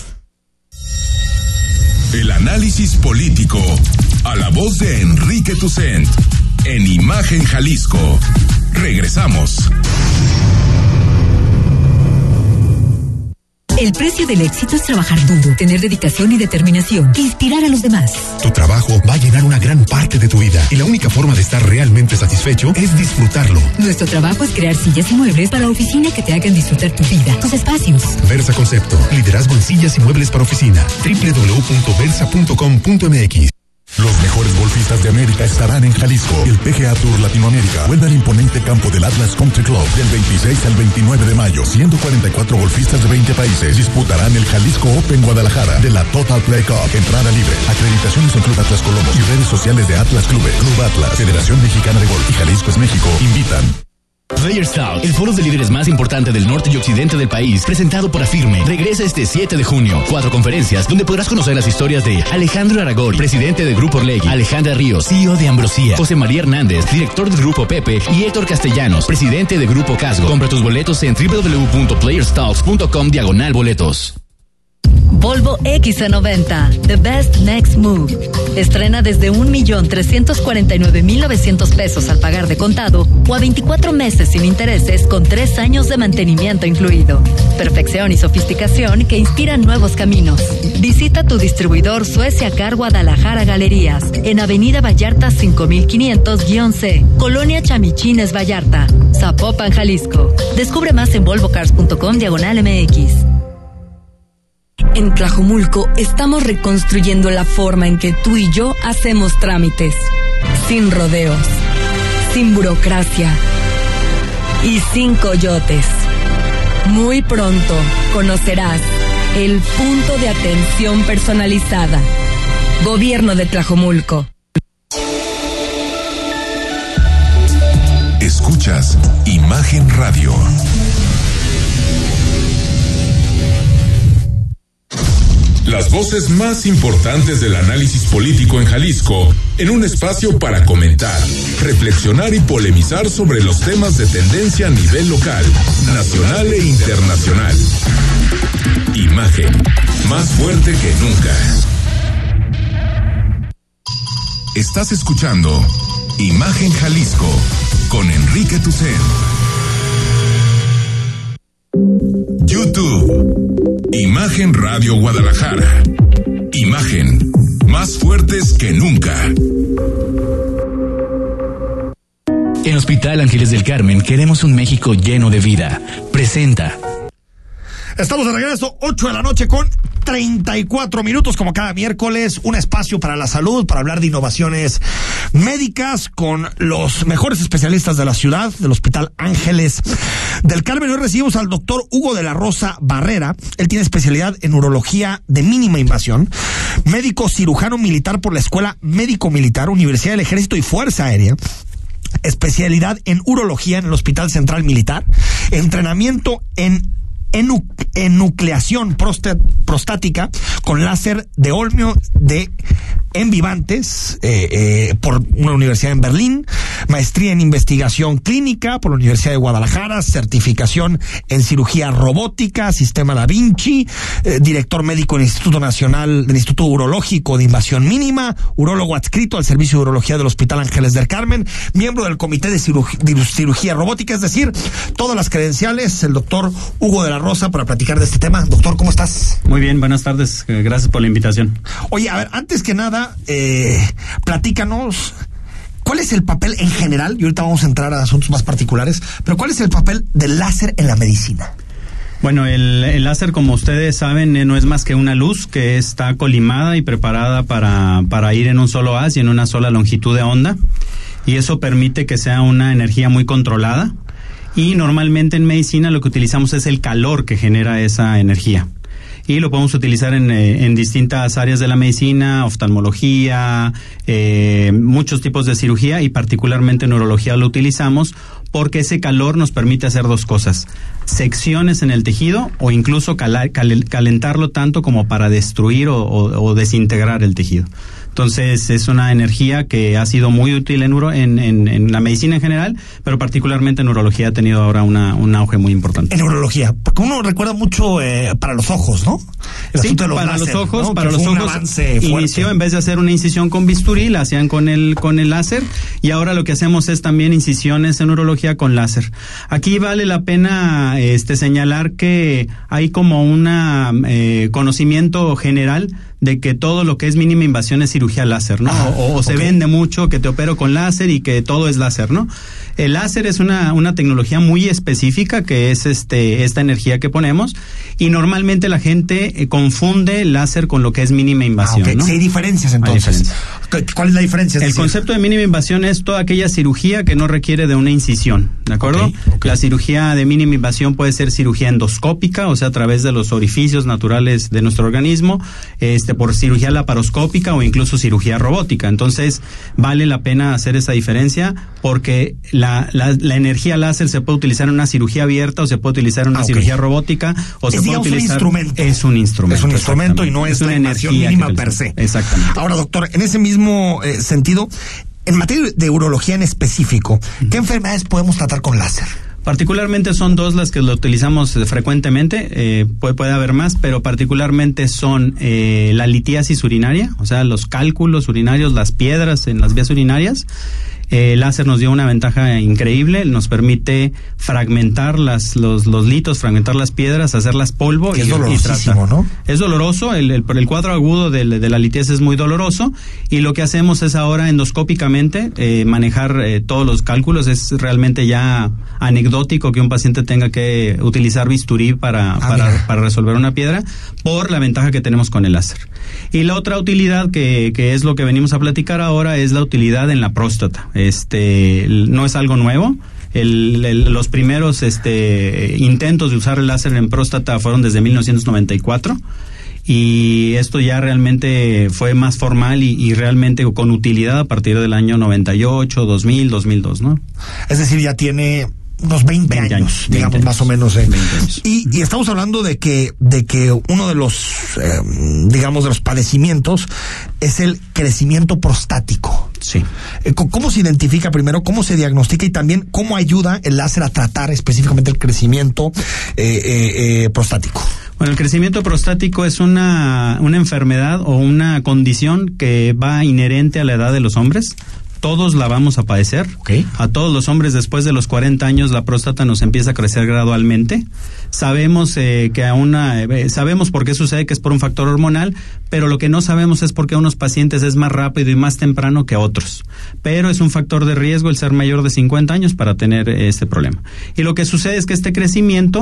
El análisis político a la voz de Enrique Tucent en Imagen Jalisco. Regresamos. El precio del éxito es trabajar duro, tener dedicación y determinación, e inspirar a los demás. Tu trabajo va a llenar una gran parte de tu vida y la única forma de estar realmente satisfecho es disfrutarlo. Nuestro trabajo es crear sillas y muebles para oficina que te hagan disfrutar tu vida, tus espacios. Versa Concepto, liderazgo en sillas y muebles para oficina. doble u doble u doble u punto versa punto com punto m x. Los mejores golfistas de América estarán en Jalisco. El P G A Tour Latinoamérica vuelve al imponente campo del Atlas Country Club del veintiséis al veintinueve de mayo. ciento cuarenta y cuatro golfistas de veinte países disputarán el Jalisco Open Guadalajara de la Total Play Cup. Entrada libre. Acreditaciones en Club Atlas Colomos y redes sociales de Atlas Clubes. Club Atlas, Federación Mexicana de Golf y Jalisco es México. Invitan. Players Talk, el foro de líderes más importante del norte y occidente del país, presentado por Afirme, regresa este siete de junio. Cuatro conferencias donde podrás conocer las historias de Alejandro Aragori, presidente de Grupo Orlegui, Alejandra Ríos, C E O de Ambrosía, José María Hernández, director del Grupo Pepe, y Héctor Castellanos, presidente de Grupo Casgo. Compra tus boletos en doble u doble u doble u punto players talks punto com diagonal boletos. Volvo X C noventa, The Best Next Move. Estrena desde un millón trescientos cuarenta y nueve mil novecientos pesos al pagar de contado o a veinticuatro meses sin intereses con tres años de mantenimiento incluido. Perfección y sofisticación que inspiran nuevos caminos. Visita tu distribuidor Suecia Car Guadalajara Galerías en Avenida Vallarta cinco mil quinientos C, Colonia Chamichines Vallarta, Zapopan, Jalisco. Descubre más en volvo cars punto com diagonal M X. En Tlajomulco estamos reconstruyendo la forma en que tú y yo hacemos trámites, sin rodeos, sin burocracia y sin coyotes. Muy pronto conocerás el punto de atención personalizada. Gobierno de Tlajomulco. Escuchas Imagen Radio. Las voces más importantes del análisis político en Jalisco, en un espacio para comentar, reflexionar y polemizar sobre los temas de tendencia a nivel local, nacional e internacional. Imagen, más fuerte que nunca. Estás escuchando Imagen Jalisco con Enrique Tucent. YouTube. Imagen Radio Guadalajara. Imagen, más fuertes que nunca. En Hospital Ángeles del Carmen queremos un México lleno de vida. Presenta. Estamos de regreso, ocho de la noche con treinta y cuatro minutos, como cada miércoles, un espacio para la salud, para hablar de innovaciones médicas con los mejores especialistas de la ciudad, del Hospital Ángeles del Carmen. Hoy recibimos al doctor Hugo de la Rosa Barrera. Él tiene especialidad en urología de mínima invasión, médico cirujano militar por la Escuela Médico Militar, Universidad del Ejército y Fuerza Aérea. Especialidad en urología en el Hospital Central Militar, entrenamiento en Enu- enucleación prostat- prostática con láser de Olmio de en Vivantes eh, eh, por una universidad en Berlín, maestría en investigación clínica por la Universidad de Guadalajara, certificación en cirugía robótica, sistema Da Vinci, eh, director médico del Instituto Nacional, del Instituto Urológico de Invasión Mínima, urólogo adscrito al Servicio de Urología del Hospital Ángeles del Carmen, miembro del Comité de, Ciruj- de Cirugía Robótica, es decir, todas las credenciales, el doctor Hugo de la Rosa, para platicar de este tema. Doctor, ¿cómo estás? Muy bien, buenas tardes, gracias por la invitación. Oye, a ver, antes que nada, eh, platícanos, ¿cuál es el papel en general? Y ahorita vamos a entrar a asuntos más particulares, pero ¿cuál es el papel del láser en la medicina? Bueno, el, el láser, como ustedes saben, eh, no es más que una luz que está colimada y preparada para, para ir en un solo haz y en una sola longitud de onda, y eso permite que sea una energía muy controlada, y normalmente en medicina lo que utilizamos es el calor que genera esa energía. Y lo podemos utilizar en, en distintas áreas de la medicina, oftalmología, eh, muchos tipos de cirugía, y particularmente en urología lo utilizamos porque ese calor nos permite hacer dos cosas: secciones en el tejido o incluso cala, cal, calentarlo tanto como para destruir o, o, o desintegrar el tejido. Entonces es una energía que ha sido muy útil en, uro, en, en, en la medicina en general, pero particularmente en urología ha tenido ahora una, un auge muy importante. En urología, porque uno recuerda mucho eh, para los ojos, ¿no? El sí, de los para láser, los ojos, ¿no? para que los fue ojos inició, en vez de hacer una incisión con bisturí, la hacían con el, con el láser, y ahora lo que hacemos es también incisiones en urología con láser. Aquí vale la pena este, señalar que hay como un eh, conocimiento general de que todo lo que es mínima invasión es cirugía láser, ¿no? Ah, o, o se okay. vende mucho que te opero con láser y que todo es láser, ¿no? El láser es una, una tecnología muy específica que es este esta energía que ponemos, y normalmente la gente eh, confunde láser con lo que es mínima invasión, ah, okay. ¿no? Sí, hay diferencias entonces. Hay diferencias. ¿Cuál es la diferencia? Es el decir, concepto de mínima invasión es toda aquella cirugía que no requiere de una incisión, ¿de acuerdo? Okay, okay. La cirugía de mínima invasión puede ser cirugía endoscópica, o sea, a través de los orificios naturales de nuestro organismo, este por cirugía laparoscópica o incluso cirugía robótica. Entonces, vale la pena hacer esa diferencia porque la, la, la energía láser se puede utilizar en una cirugía abierta o se puede utilizar en una ah, okay. cirugía robótica o es, se puede utilizar... un instrumento. Es un instrumento. Es un instrumento y no es, es una energía mínima per se. Exactamente. Ahora, doctor, en ese mismo eh, sentido, en materia de urología en específico, ¿qué uh-huh. enfermedades podemos tratar con láser? Particularmente son dos las que lo utilizamos frecuentemente, eh, puede, puede haber más, pero particularmente son eh, la litiasis urinaria, o sea, los cálculos urinarios, las piedras en las vías urinarias. Eh, el láser nos dio una ventaja increíble, nos permite fragmentar las, los, los litos, fragmentar las piedras, hacerlas polvo y, es dolorosísimo, y tratar. ¿no? Es doloroso, el, el, el cuadro agudo de, de la litiasis es muy doloroso, y lo que hacemos es ahora endoscópicamente eh, manejar eh, todos los cálculos. Es realmente ya anecdótico que un paciente tenga que utilizar bisturí para, ah, para, para resolver una piedra, por la ventaja que tenemos con el láser. Y la otra utilidad que, que es lo que venimos a platicar ahora es la utilidad en la próstata. Este, no es algo nuevo. El, el, los primeros este, intentos de usar el láser en próstata fueron desde mil novecientos noventa y cuatro, y esto ya realmente fue más formal y, y realmente con utilidad a partir del año noventa y ocho, dos mil, dos mil dos, ¿no? Es decir, ya tiene unos veinte, veinte años, años, digamos, veinte más años. O menos. Eh. Y, y estamos hablando de que, de que uno de los, eh, digamos, de los padecimientos es el crecimiento prostático. Sí. Eh, ¿Cómo se identifica primero? ¿Cómo se diagnostica? Y también, ¿cómo ayuda el láser a tratar específicamente el crecimiento eh, eh, eh, prostático? Bueno, el crecimiento prostático es una, una enfermedad o una condición que va inherente a la edad de los hombres. Todos la vamos a padecer. Okay. A todos los hombres después de los cuarenta años la próstata nos empieza a crecer gradualmente. Sabemos eh, que a una, eh, sabemos por qué sucede, que es por un factor hormonal, pero lo que no sabemos es por qué a unos pacientes es más rápido y más temprano que a otros. Pero es un factor de riesgo el ser mayor de cincuenta años para tener eh, este problema. Y lo que sucede es que este crecimiento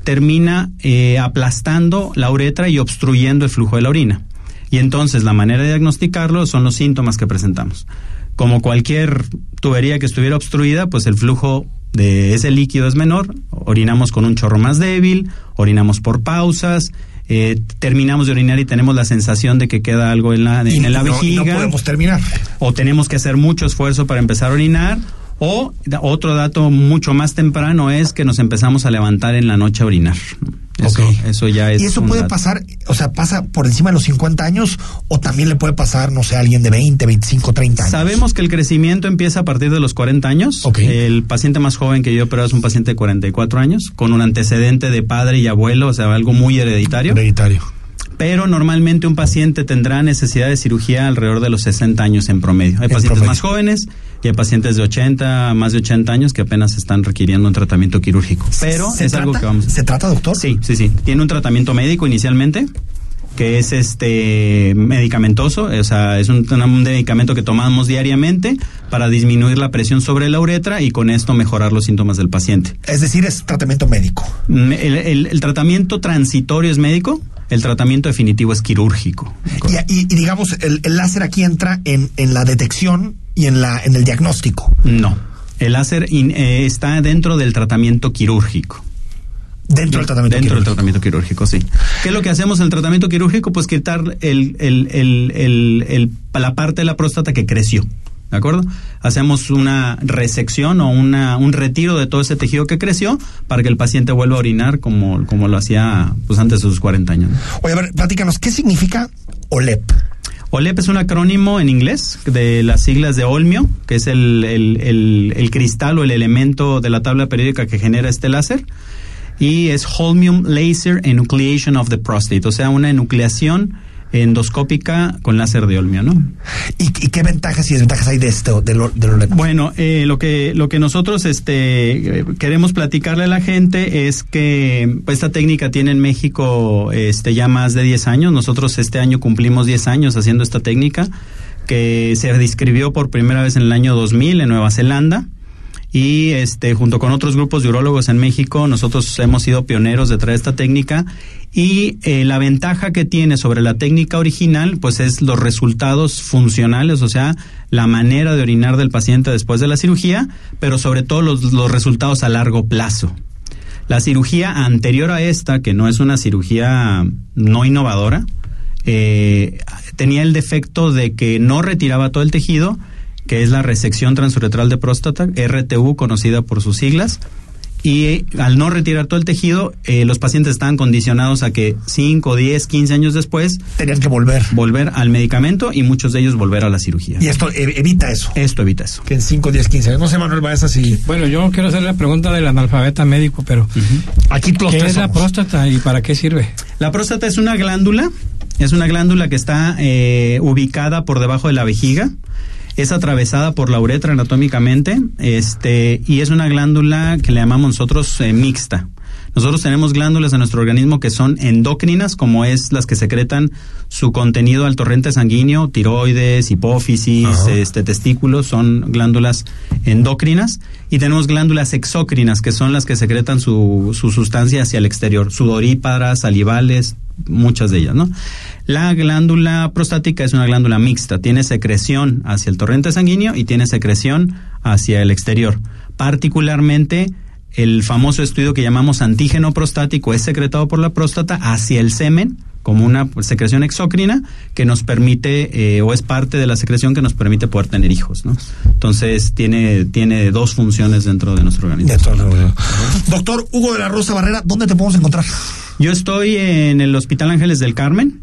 termina eh, aplastando la uretra y obstruyendo el flujo de la orina. Y entonces la manera de diagnosticarlo son los síntomas que presentamos. Como cualquier tubería que estuviera obstruida, pues el flujo de ese líquido es menor, orinamos con un chorro más débil, orinamos por pausas, eh, terminamos de orinar y tenemos la sensación de que queda algo en la, en, y en la no, vejiga. Y no podemos terminar. O tenemos que hacer mucho esfuerzo para empezar a orinar. O otro dato mucho más temprano es que nos empezamos a levantar en la noche a orinar. Eso, okay. eso ya es. ¿Y eso puede dato. pasar, o sea, pasa por encima de los cincuenta años o también le puede pasar, no sé, a alguien de veinte, veinticinco, treinta años? Sabemos que el crecimiento empieza a partir de los cuarenta años. Okay. El paciente más joven que yo he operado es un paciente de cuarenta y cuatro años, con un antecedente de padre y abuelo, o sea, algo muy hereditario. Hereditario. Pero normalmente un paciente tendrá necesidad de cirugía alrededor de los sesenta años en promedio. Hay en pacientes promedio. más jóvenes y hay pacientes de ochenta, más de ochenta años que apenas están requiriendo un tratamiento quirúrgico. Pero es trata? algo que vamos a hacer. ¿Se trata, doctor? Sí, sí, sí. Tiene un tratamiento médico inicialmente, que es este medicamentoso, o sea, es un, un medicamento que tomamos diariamente para disminuir la presión sobre la uretra y con esto mejorar los síntomas del paciente. Es decir, es tratamiento médico. El, el, el tratamiento transitorio es médico. El tratamiento definitivo es quirúrgico. Y, y, y digamos, el, el láser aquí entra en, en la detección y en la en el diagnóstico. No, el láser in, eh, está dentro del tratamiento quirúrgico. Dentro del tratamiento Dentro quirúrgico. del tratamiento quirúrgico, sí. ¿Qué es lo que hacemos en el tratamiento quirúrgico? Pues quitar el, el, el, el, el, la parte de la próstata que creció. ¿De acuerdo? Hacemos una resección o una un retiro de todo ese tejido que creció para que el paciente vuelva a orinar como, como lo hacía pues antes de sus cuarenta años. Oye, a ver, platícanos, ¿qué significa O L E P? O L E P es un acrónimo en inglés de las siglas de Olmio, que es el, el, el, el cristal o el elemento de la tabla periódica que genera este láser, y es Holmium Laser Enucleation of the Prostate, o sea, una enucleación endoscópica con láser de Olmio, ¿no? ¿Y, y qué ventajas y desventajas hay de esto, de lo, de lo L E P? Bueno, eh, lo que lo que nosotros este queremos platicarle a la gente es que pues, esta técnica tiene en México este ya más de diez años. Nosotros este año cumplimos diez años haciendo esta técnica, que se describió por primera vez en el año dos mil en Nueva Zelanda. Y este junto con otros grupos de urólogos en México, nosotros hemos sido pioneros de traer esta técnica, y eh, la ventaja que tiene sobre la técnica original pues es los resultados funcionales, o sea, la manera de orinar del paciente después de la cirugía, pero sobre todo los, los resultados a largo plazo. La cirugía anterior a esta, que no es una cirugía no innovadora, eh, tenía el defecto de que no retiraba todo el tejido, que es la resección transuretral de próstata, R T U, conocida por sus siglas, y al no retirar todo el tejido, eh, los pacientes estaban condicionados a que cinco, diez, quince años después tenían que volver. Volver al medicamento y muchos de ellos volver a la cirugía. Y esto evita eso. Esto evita eso. Que en cinco, diez, quince años. No sé, Manuel Baeza, si... Bueno, yo quiero hacer la pregunta del analfabeta médico, pero uh-huh. Aquí los ¿qué tres es somos. la próstata y para qué sirve? La próstata es una glándula, es una glándula que está eh, ubicada por debajo de la vejiga. Es atravesada por la uretra anatómicamente, este, y es una glándula que le llamamos nosotros eh, mixta. Nosotros tenemos glándulas en nuestro organismo que son endócrinas, como es las que secretan su contenido al torrente sanguíneo, tiroides, hipófisis, uh-huh. este, testículos, son glándulas endócrinas, y tenemos glándulas exócrinas, que son las que secretan su, su sustancia hacia el exterior, sudoríparas, salivales, muchas de ellas, ¿no? La glándula prostática es una glándula mixta, tiene secreción hacia el torrente sanguíneo y tiene secreción hacia el exterior. Particularmente, el famoso estudio que llamamos antígeno prostático es secretado por la próstata hacia el semen, como una secreción exócrina que nos permite, eh, o es parte de la secreción que nos permite poder tener hijos, ¿no? Entonces, tiene, tiene dos funciones dentro de nuestro organismo. De Doctor Hugo de la Rosa Barrera, ¿dónde te podemos encontrar? Yo estoy en el Hospital Ángeles del Carmen,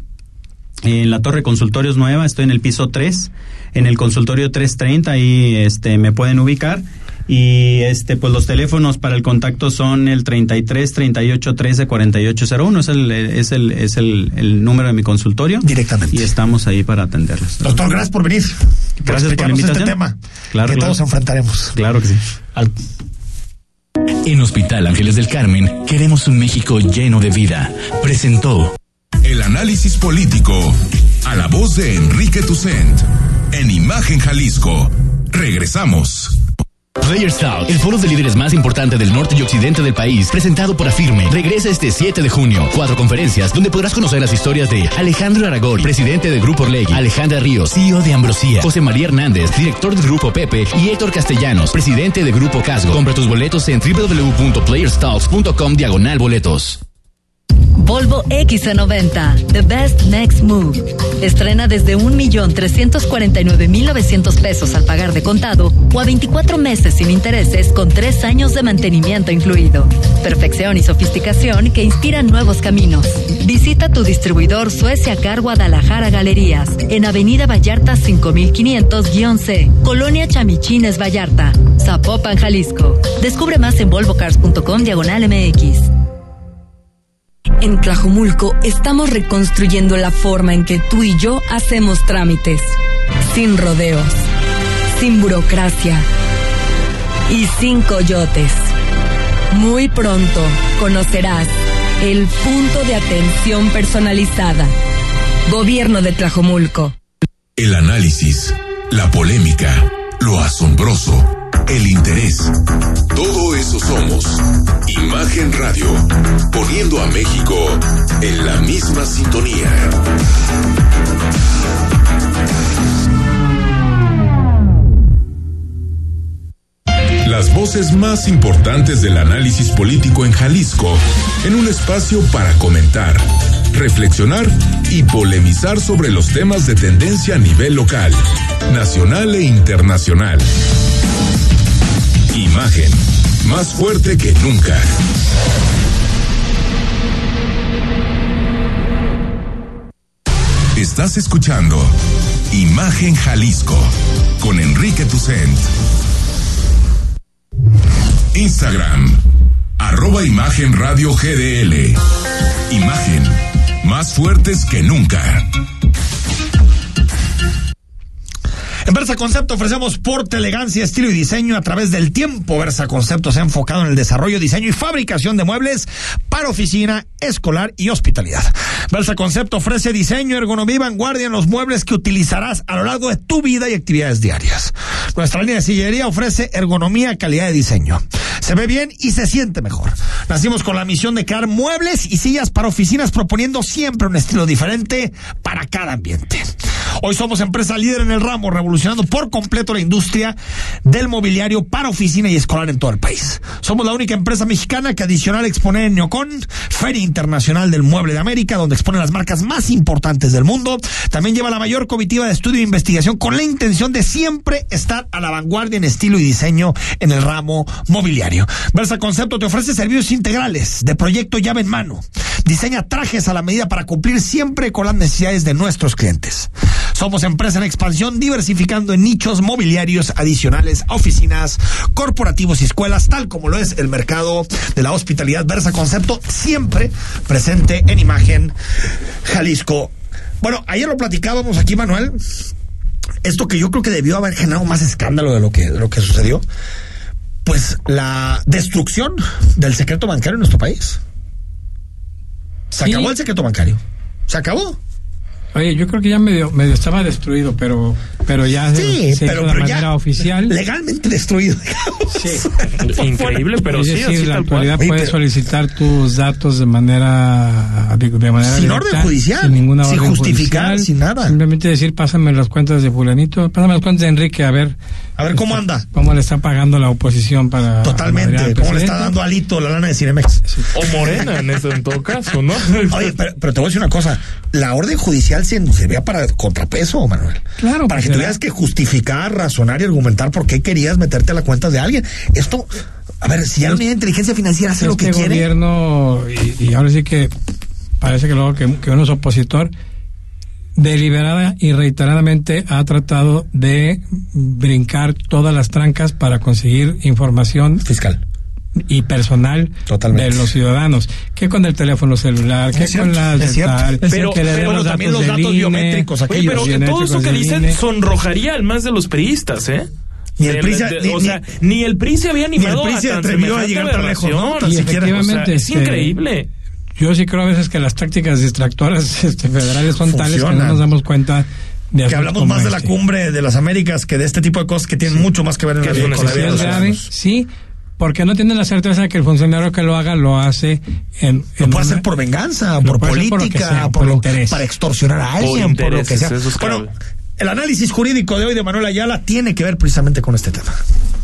en la Torre Consultorios Nueva, estoy en el piso tres, en el consultorio trescientos treinta, ahí este, me pueden ubicar. Y este pues los teléfonos para el contacto son el treinta y tres, treinta y ocho, trece, cuarenta y ocho cero uno, es el es el es el, el número de mi consultorio directamente, y estamos ahí para atenderlos. Doctor, gracias por venir. Gracias por la invitación. Este tema claro, que claro. todos enfrentaremos. Claro que sí. Al... En Hospital Ángeles del Carmen queremos un México lleno de vida. Presentó el análisis político a la voz de Enrique Tucent en Imagen Jalisco. Regresamos. Players Talk, el foro de líderes más importante del norte y occidente del país, presentado por Afirme, regresa este siete de junio. Cuatro conferencias donde podrás conocer las historias de Alejandro Aragón, presidente de Grupo Orlegui, Alejandra Ríos, C E O de Ambrosía, José María Hernández, director del Grupo Pepe, y Héctor Castellanos, presidente de Grupo Casgo. Compra tus boletos en w w w punto players talks punto com diagonal boletos. Volvo X C noventa, The Best Next Move. Estrena desde un millón trescientos cuarenta y nueve mil novecientos pesos al pagar de contado o a veinticuatro meses sin intereses con tres años de mantenimiento incluido. Perfección y sofisticación que inspiran nuevos caminos. Visita tu distribuidor Suecia Car Guadalajara Galerías en Avenida Vallarta cinco mil quinientos C, Colonia Chamichines Vallarta, Zapopan, Jalisco. Descubre más en volvocars punto com diagonal M X. En Tlajomulco estamos reconstruyendo la forma en que tú y yo hacemos trámites, sin rodeos, sin burocracia y sin coyotes. Muy pronto conocerás el punto de atención personalizada. Gobierno de Tlajomulco. El análisis, la polémica, lo asombroso, el interés. Todo eso somos. Imagen Radio, poniendo a México en la misma sintonía. Las voces más importantes del análisis político en Jalisco, en un espacio para comentar, reflexionar y polemizar sobre los temas de tendencia a nivel local, nacional e internacional. Imagen, más fuerte que nunca. Estás escuchando Imagen Jalisco con Enrique Tucent. Instagram, arroba Imagen Radio G D L. Imagen, más fuertes que nunca. En Versa Concepto ofrecemos porte, elegancia, estilo y diseño a través del tiempo. Versa Concepto se ha enfocado en el desarrollo, diseño y fabricación de muebles para oficina, escolar y hospitalidad. Versa Concepto ofrece diseño, ergonomía y vanguardia en los muebles que utilizarás a lo largo de tu vida y actividades diarias. Nuestra línea de sillería ofrece ergonomía, calidad de diseño. Se ve bien y se siente mejor. Nacimos con la misión de crear muebles y sillas para oficinas, proponiendo siempre un estilo diferente para cada ambiente. Hoy somos empresa líder en el ramo, revolucionando por completo la industria del mobiliario para oficina y escolar en todo el país. Somos la única empresa mexicana que adicional expone en Neocon, Feria Internacional del Mueble de América, donde expone las marcas más importantes del mundo. También lleva la mayor comitiva de estudio e investigación con la intención de siempre estar a la vanguardia en estilo y diseño en el ramo mobiliario. Versa Concepto te ofrece servicios integrales de proyecto llave en mano. Diseña trajes a la medida para cumplir siempre con las necesidades de nuestros clientes. Somos empresa en expansión, diversificando en nichos mobiliarios adicionales a oficinas, corporativos y escuelas, tal como lo es el mercado de la hospitalidad. Versa Concepto, siempre presente en Imagen Jalisco. Bueno, ayer lo platicábamos aquí, Manuel. Esto que yo creo que debió haber generado más escándalo de lo que, de lo que sucedió. Pues la destrucción del secreto bancario en nuestro país. Se Sí. acabó el secreto bancario. Se acabó. Oye, yo creo que ya medio, medio estaba destruido, pero, pero ya Sí, se, se pero, hizo de pero manera ya oficial. legalmente destruido, digamos. Sí. Increíble, pero es sí, decir, así la tal cual. autoridad Oye, puede pero- solicitar tus datos de manera de, de manera Sin directa, orden judicial, sin ninguna sin orden justificar, judicial, sin nada. Simplemente decir, pásame las cuentas de fulanito, pásame las cuentas de Enrique, a ver. A ver cómo está- anda. Cómo le está pagando la oposición para. Totalmente. madrear al ¿Cómo le está presidente? dando Alito la lana de Cinemex? O Morena, en, eso, en todo caso, ¿no? Oye, pero, pero te voy a decir una cosa. La orden judicial se- servía para contrapeso, Manuel. Claro, Para pues que era- tuvieras que justificar, razonar y argumentar por qué querías meterte a la cuenta de alguien. Esto, a ver, si ya la unidad de inteligencia financiera hace lo que Este quiere. gobierno, y, y ahora sí que parece que luego que, que uno es opositor, deliberada y reiteradamente ha tratado de brincar todas las trancas para conseguir información fiscal y personal Totalmente. de los ciudadanos, que con el teléfono celular, que Es cierto, con las es de cierto. tal, Pero- que le den pero los también datos los del datos I N E, biométricos, Oye, aquellos pero biométricos todo eso que del dicen I N E. sonrojaría al más de los priistas, ¿eh? Ni el De- PRI se- de- ni- o ni- sea, ni el P R I se había ni el animado P R I se a tan atrevió a semejante llegar tan lejos, ¿no? aberración. Tan Y siquiera. efectivamente, O sea, es este, increíble. Yo sí creo a veces que las tácticas distractoras este, federales son tales que no Funcionan. nos damos cuenta de que hablamos más este. de la cumbre de las Américas que de este tipo de cosas que tienen sí. mucho más que ver en la vida con la vida de grave, sí, porque no tienen la certeza de que el funcionario que lo haga lo hace en, lo en puede una, hacer por venganza, por política, por, lo sea, por, por lo, interés. Para extorsionar a alguien, por, por lo que sea. Es bueno, el análisis jurídico de hoy de Manuel Ayala tiene que ver precisamente con este tema.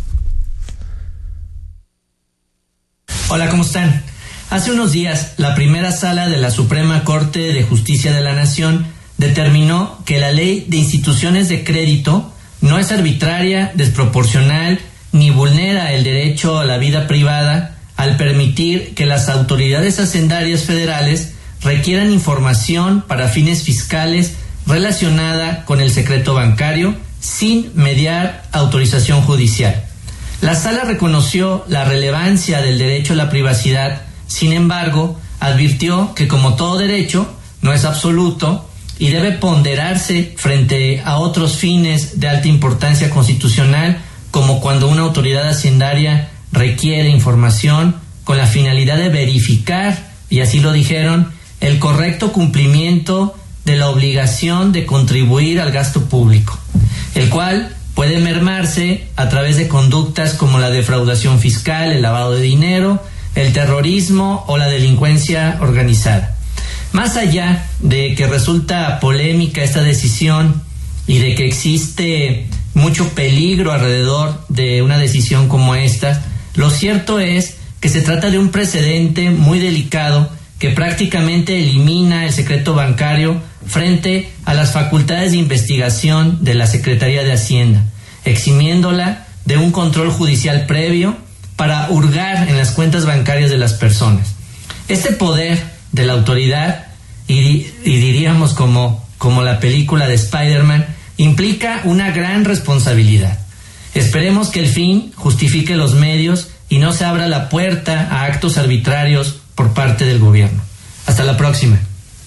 Hola, ¿cómo están? Hace unos días, la primera sala de la Suprema Corte de Justicia de la Nación determinó que la Ley de Instituciones de Crédito no es arbitraria, desproporcional, ni vulnera el derecho a la vida privada al permitir que las autoridades hacendarias federales requieran información para fines fiscales relacionada con el secreto bancario sin mediar autorización judicial. La sala reconoció la relevancia del derecho a la privacidad, sin embargo, advirtió que como todo derecho, no es absoluto y debe ponderarse frente a otros fines de alta importancia constitucional, como cuando una autoridad hacendaria requiere información con la finalidad de verificar, y así lo dijeron, el correcto cumplimiento de la obligación de contribuir al gasto público, el cual puede mermarse a través de conductas como la defraudación fiscal, el lavado de dinero, el terrorismo o la delincuencia organizada. Más allá de que resulta polémica esta decisión y de que existe mucho peligro alrededor de una decisión como esta, lo cierto es que se trata de un precedente muy delicado que prácticamente elimina el secreto bancario frente a las facultades de investigación de la Secretaría de Hacienda, eximiéndola de un control judicial previo para hurgar en las cuentas bancarias de las personas. Este poder de la autoridad, y, y diríamos como, como la película de Spider-Man, implica una gran responsabilidad. Esperemos que el fin justifique los medios y no se abra la puerta a actos arbitrarios por parte del gobierno. Hasta la próxima.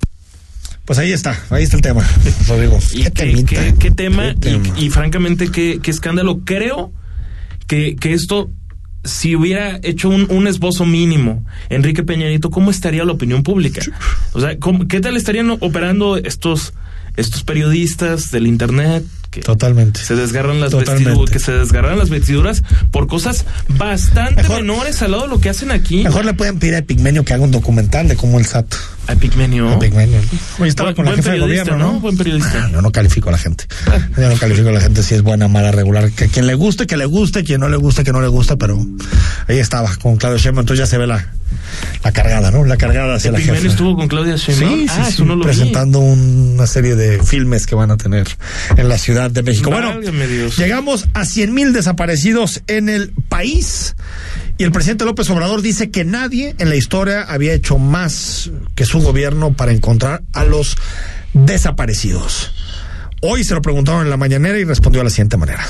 Pues ahí está, ahí está el tema, Rodrigo. ¿Y qué, qué, qué, qué tema? ¿Qué tema? Y, y francamente, qué, qué escándalo. Creo que, que esto, si hubiera hecho un, un esbozo mínimo Enrique Peña Nieto, ¿cómo estaría la opinión pública? O sea, ¿cómo, ¿qué tal estarían operando estos, estos periodistas del internet? Que Totalmente. Se desgarran las Totalmente. vestiduras, que se desgarran las vestiduras por cosas bastante mejor, menores al lado de lo que hacen aquí. Mejor le pueden pedir a Epigmenio que haga un documental de cómo el S A T. A Epigmenio. A Epigmenio. Hoy estaba buen, con la jefa de gobierno, ¿no? ¿no? Buen periodista. No, yo no califico a la gente. Yo no califico a la gente si es buena, mala, regular. Que quien le guste, que le guste, quien no le guste, que no le guste, pero ahí estaba con Claudio Sheinbaum, entonces ya se ve la, la cargada, ¿no? La cargada hacia la jefa. ¿Epigmenio estuvo con Claudia Sheinbaum? Sí, ah, sí, eso sí, no lo presentando vi. una serie de filmes que van a tener en la Ciudad de México. Bueno, Dios. Llegamos a cien mil desaparecidos en el país y el presidente López Obrador dice que nadie en la historia había hecho más que su gobierno para encontrar a los desaparecidos. Hoy se lo preguntaron en la mañanera y respondió de la siguiente manera.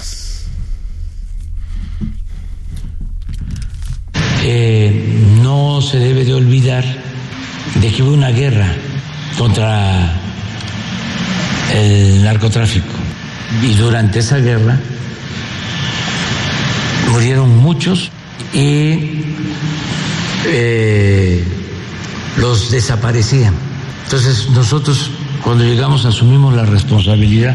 Eh, no se debe de olvidar de que hubo una guerra contra el narcotráfico. Y durante esa guerra murieron muchos y eh, los desaparecían. Entonces nosotros cuando llegamos asumimos la responsabilidad.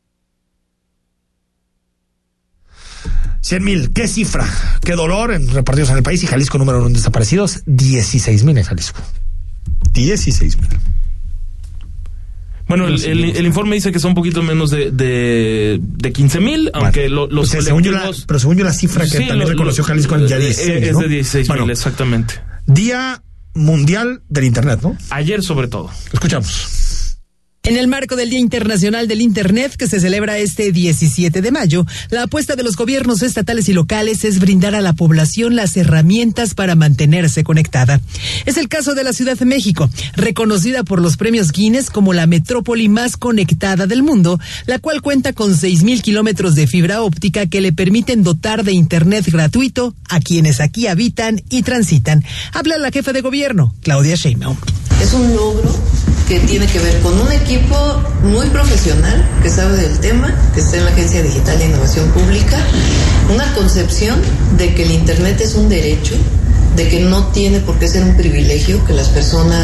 cien mil, ¿qué cifra? ¿Qué dolor en repartidos en el país? Y Jalisco número uno en desaparecidos, dieciséis mil en Jalisco. dieciséis mil. Bueno, el, el, el informe dice que son un poquito menos de, de, de quince mil, aunque lo, los o sea, según yo la, pero según yo la cifra que sí, también lo, reconoció lo, Jalisco ya dieciséis, es ¿no? de dieciséis mil, bueno, exactamente. Día Mundial del Internet, ¿no? Ayer sobre todo. Escuchamos. En el marco del Día Internacional del Internet, que se celebra este diecisiete de mayo, la apuesta de los gobiernos estatales y locales es brindar a la población las herramientas para mantenerse conectada. Es el caso de la Ciudad de México, reconocida por los premios Guinness como la metrópoli más conectada del mundo, la cual cuenta con seis mil kilómetros de fibra óptica que le permiten dotar de Internet gratuito a quienes aquí habitan y transitan. Habla la jefa de gobierno, Claudia Sheinbaum. Es un logro que tiene que ver con un equipo muy profesional que sabe del tema, que está en la Agencia Digital de Innovación Pública, una concepción de que el Internet es un derecho, de que no tiene por qué ser un privilegio, que las personas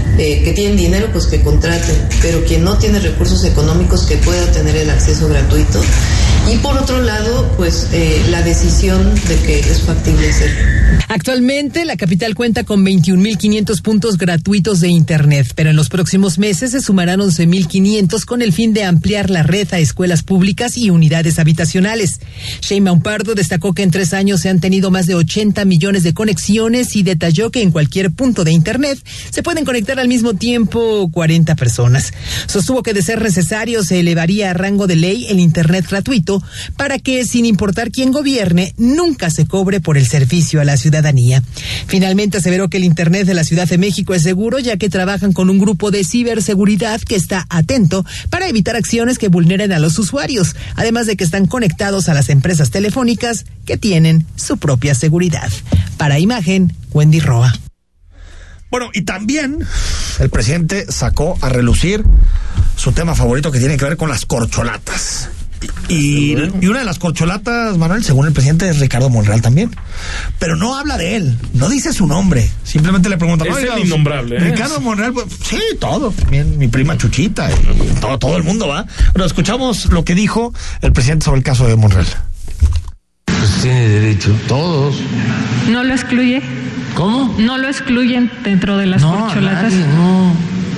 eh, que tienen dinero, pues que contraten, pero quien no tiene recursos económicos, que pueda tener el acceso gratuito. Y por otro lado, pues eh, la decisión de que es factible hacer. Actualmente, la capital cuenta con veintiún mil quinientos puntos gratuitos de Internet, pero en los próximos meses se sumarán once mil quinientos con el fin de ampliar la red a escuelas públicas y unidades habitacionales. Sheinbaum Pardo destacó que en tres años se han tenido más de ochenta millones de conexiones y detalló que en cualquier punto de Internet se pueden conectar al mismo tiempo cuarenta personas. Sostuvo que de ser necesario se elevaría a rango de ley el Internet gratuito para que, sin importar quién gobierne, nunca se cobre por el servicio a la ciudadanía. Finalmente aseveró que el Internet de la Ciudad de México es seguro, ya que trabajan con un grupo de ciberseguridad que está atento para evitar acciones que vulneren a los usuarios, además de que están conectados a las empresas telefónicas que tienen su propia seguridad. Para Imagen, Wendy Roa. Bueno, y también el presidente sacó a relucir su tema favorito, que tiene que ver con las corcholatas. Y, y una de las corcholatas, Manuel, según el presidente, es Ricardo Monreal también. Pero no habla de él, no dice su nombre. Simplemente le pregunta, es ¿no? el innombrable, ¿eh? Ricardo Monreal, pues, sí, todo. También mi prima Chuchita, y todo, todo el mundo va. Bueno, escuchamos lo que dijo el presidente sobre el caso de Monreal. Pues tiene derecho, todos. ¿No lo excluye? ¿Cómo? ¿No lo excluyen dentro de las no, corcholatas? Nadie, no.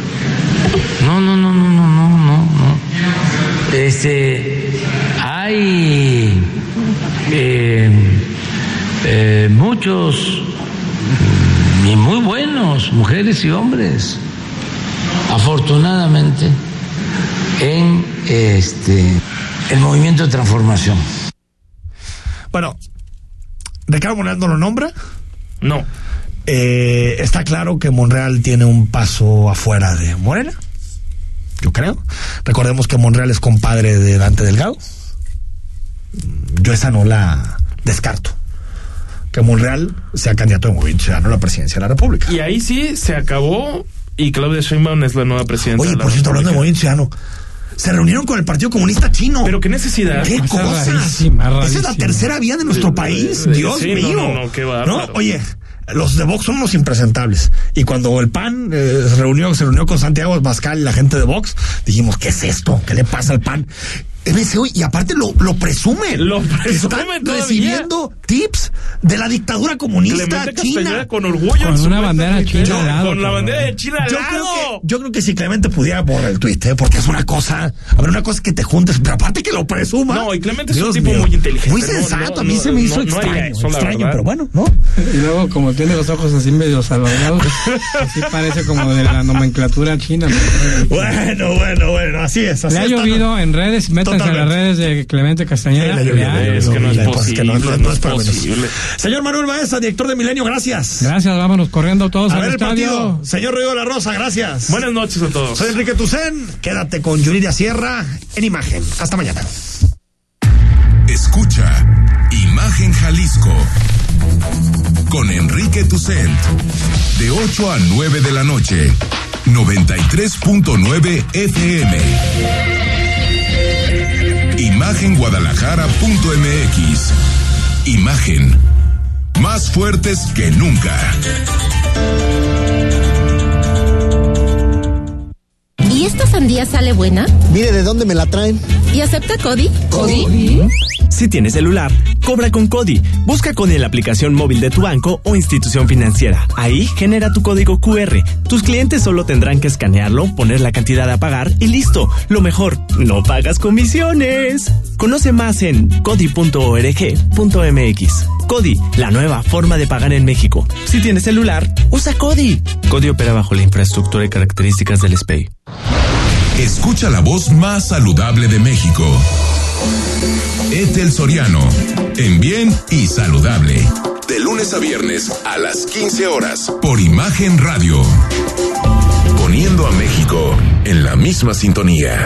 No, no, no, no, no, no, no, no. Este, hay eh, eh, muchos y muy buenos, mujeres y hombres, afortunadamente, en este el movimiento de transformación. Bueno, ¿Ricardo Monreal no lo nombra? No. Eh, está claro que Monreal tiene un paso afuera de Morena, yo creo. Recordemos que Monreal es compadre de Dante Delgado. Yo esa no la descarto, que Monreal sea candidato de Movimiento Ciudadano a la presidencia de la República. Y ahí sí se acabó, y Claudia Sheinbaum es la nueva presidenta. Oye, de la por cierto, hablando de República. Movimiento Ciudadano, se reunieron con el Partido Comunista Chino. Pero qué necesidad. ¿Qué Esa cosas? rarísima, Esa es la rarísima. tercera vía de nuestro país. Sí, Dios sí, mío. no, no, no, qué bárbaro. ¿No? Oye, los de Vox son unos impresentables. Y cuando el P A N eh, se reunió, se reunió con Santiago Abascal y la gente de Vox, dijimos, ¿qué es esto? ¿Qué le pasa al P A N? M C O, y aparte lo, lo presumen. Lo presumen Están todavía. recibiendo tips de la dictadura comunista Clemente china. Castañeda con orgullo. Con en su una cuenta bandera de china Twitter, al lado, Con la cabrón. bandera de China al Yo lado. creo, que, yo creo que si Clemente pudiera borrar el tuit, ¿eh? Porque es una cosa, a ver, una cosa es que te juntes, pero aparte que lo presuma. No, y Clemente es un Dios tipo mío. muy inteligente. Muy No, sensato, no, a mí no, se me hizo no, no haría extraño, eso, la extraño, verdad. pero bueno, ¿no? Y luego, como tiene los ojos así medio alargados, así parece como de la nomenclatura china. ¿No? Bueno, bueno, bueno, así es. Así Le ha está, llovido ¿no? en redes, métanse Totalmente. en las redes de Clemente Castañeda. Sí, le ha llovido, Le ha le ha Es llovido. que no es La cosa es que posible, no- no no es es para menos. posible. Señor Manuel Baeza, director de Milenio, gracias. Gracias, vámonos corriendo todos A al ver el estadio. partido. Señor Río de la Rosa, gracias. Buenas noches a todos. Soy Enrique Tucen. Quédate con Yuridia Sierra en Imagen. Hasta mañana. Escucha Imagen Jalisco con Enrique Tucent de ocho a nueve de la noche, noventa y tres punto nueve F M. Imagen Guadalajara punto M X. Imagen, más fuertes que nunca. ¿Y esta sandía sale buena? Mire de dónde me la traen. ¿Y acepta Cody? ¿Cody? Si tienes celular, cobra con Cody. Busca Cody en la aplicación móvil de tu banco o institución financiera. Ahí genera tu código Q R. Tus clientes solo tendrán que escanearlo, poner la cantidad a pagar y listo. Lo mejor, no pagas comisiones. Conoce más en cody punto org punto m x. Cody, la nueva forma de pagar en México. Si tienes celular, usa Cody. Cody opera bajo la infraestructura y características del S P E I. Escucha la voz más saludable de México. Etel Soriano, en Bien y Saludable. De lunes a viernes a las quince horas por Imagen Radio. Poniendo a México en la misma sintonía.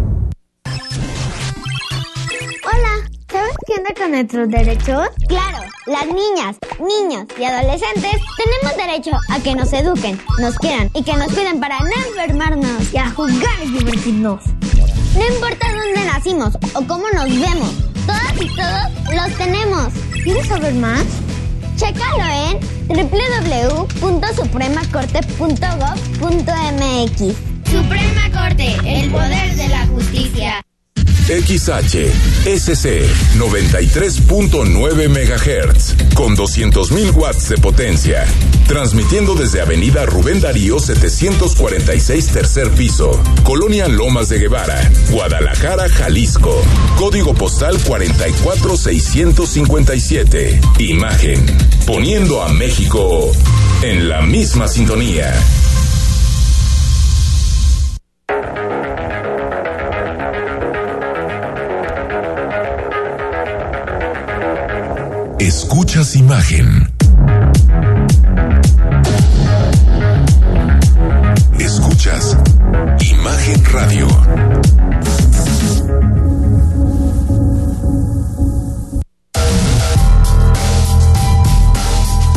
Hola, ¿sabes qué onda con nuestros derechos? Claro, las niñas, niños y adolescentes tenemos derecho a que nos eduquen, nos quieran y que nos cuiden para no enfermarnos y a jugar y divertirnos. No importa dónde nacimos o cómo nos vemos, todas y todos los tenemos. ¿Quieres saber más? Chécalo en doble u doble u doble u punto suprema corte punto gob punto eme equis. Suprema Corte, el poder de la justicia. X H S C noventa y tres punto nueve megahertz con doscientos mil watts de potencia, transmitiendo desde Avenida Rubén Darío setecientos cuarenta y seis tercer piso, Colonia Lomas de Guevara, Guadalajara, Jalisco. Código postal cuarenta y cuatro mil seiscientos cincuenta y siete. Imagen, poniendo a México en la misma sintonía. Escuchas Imagen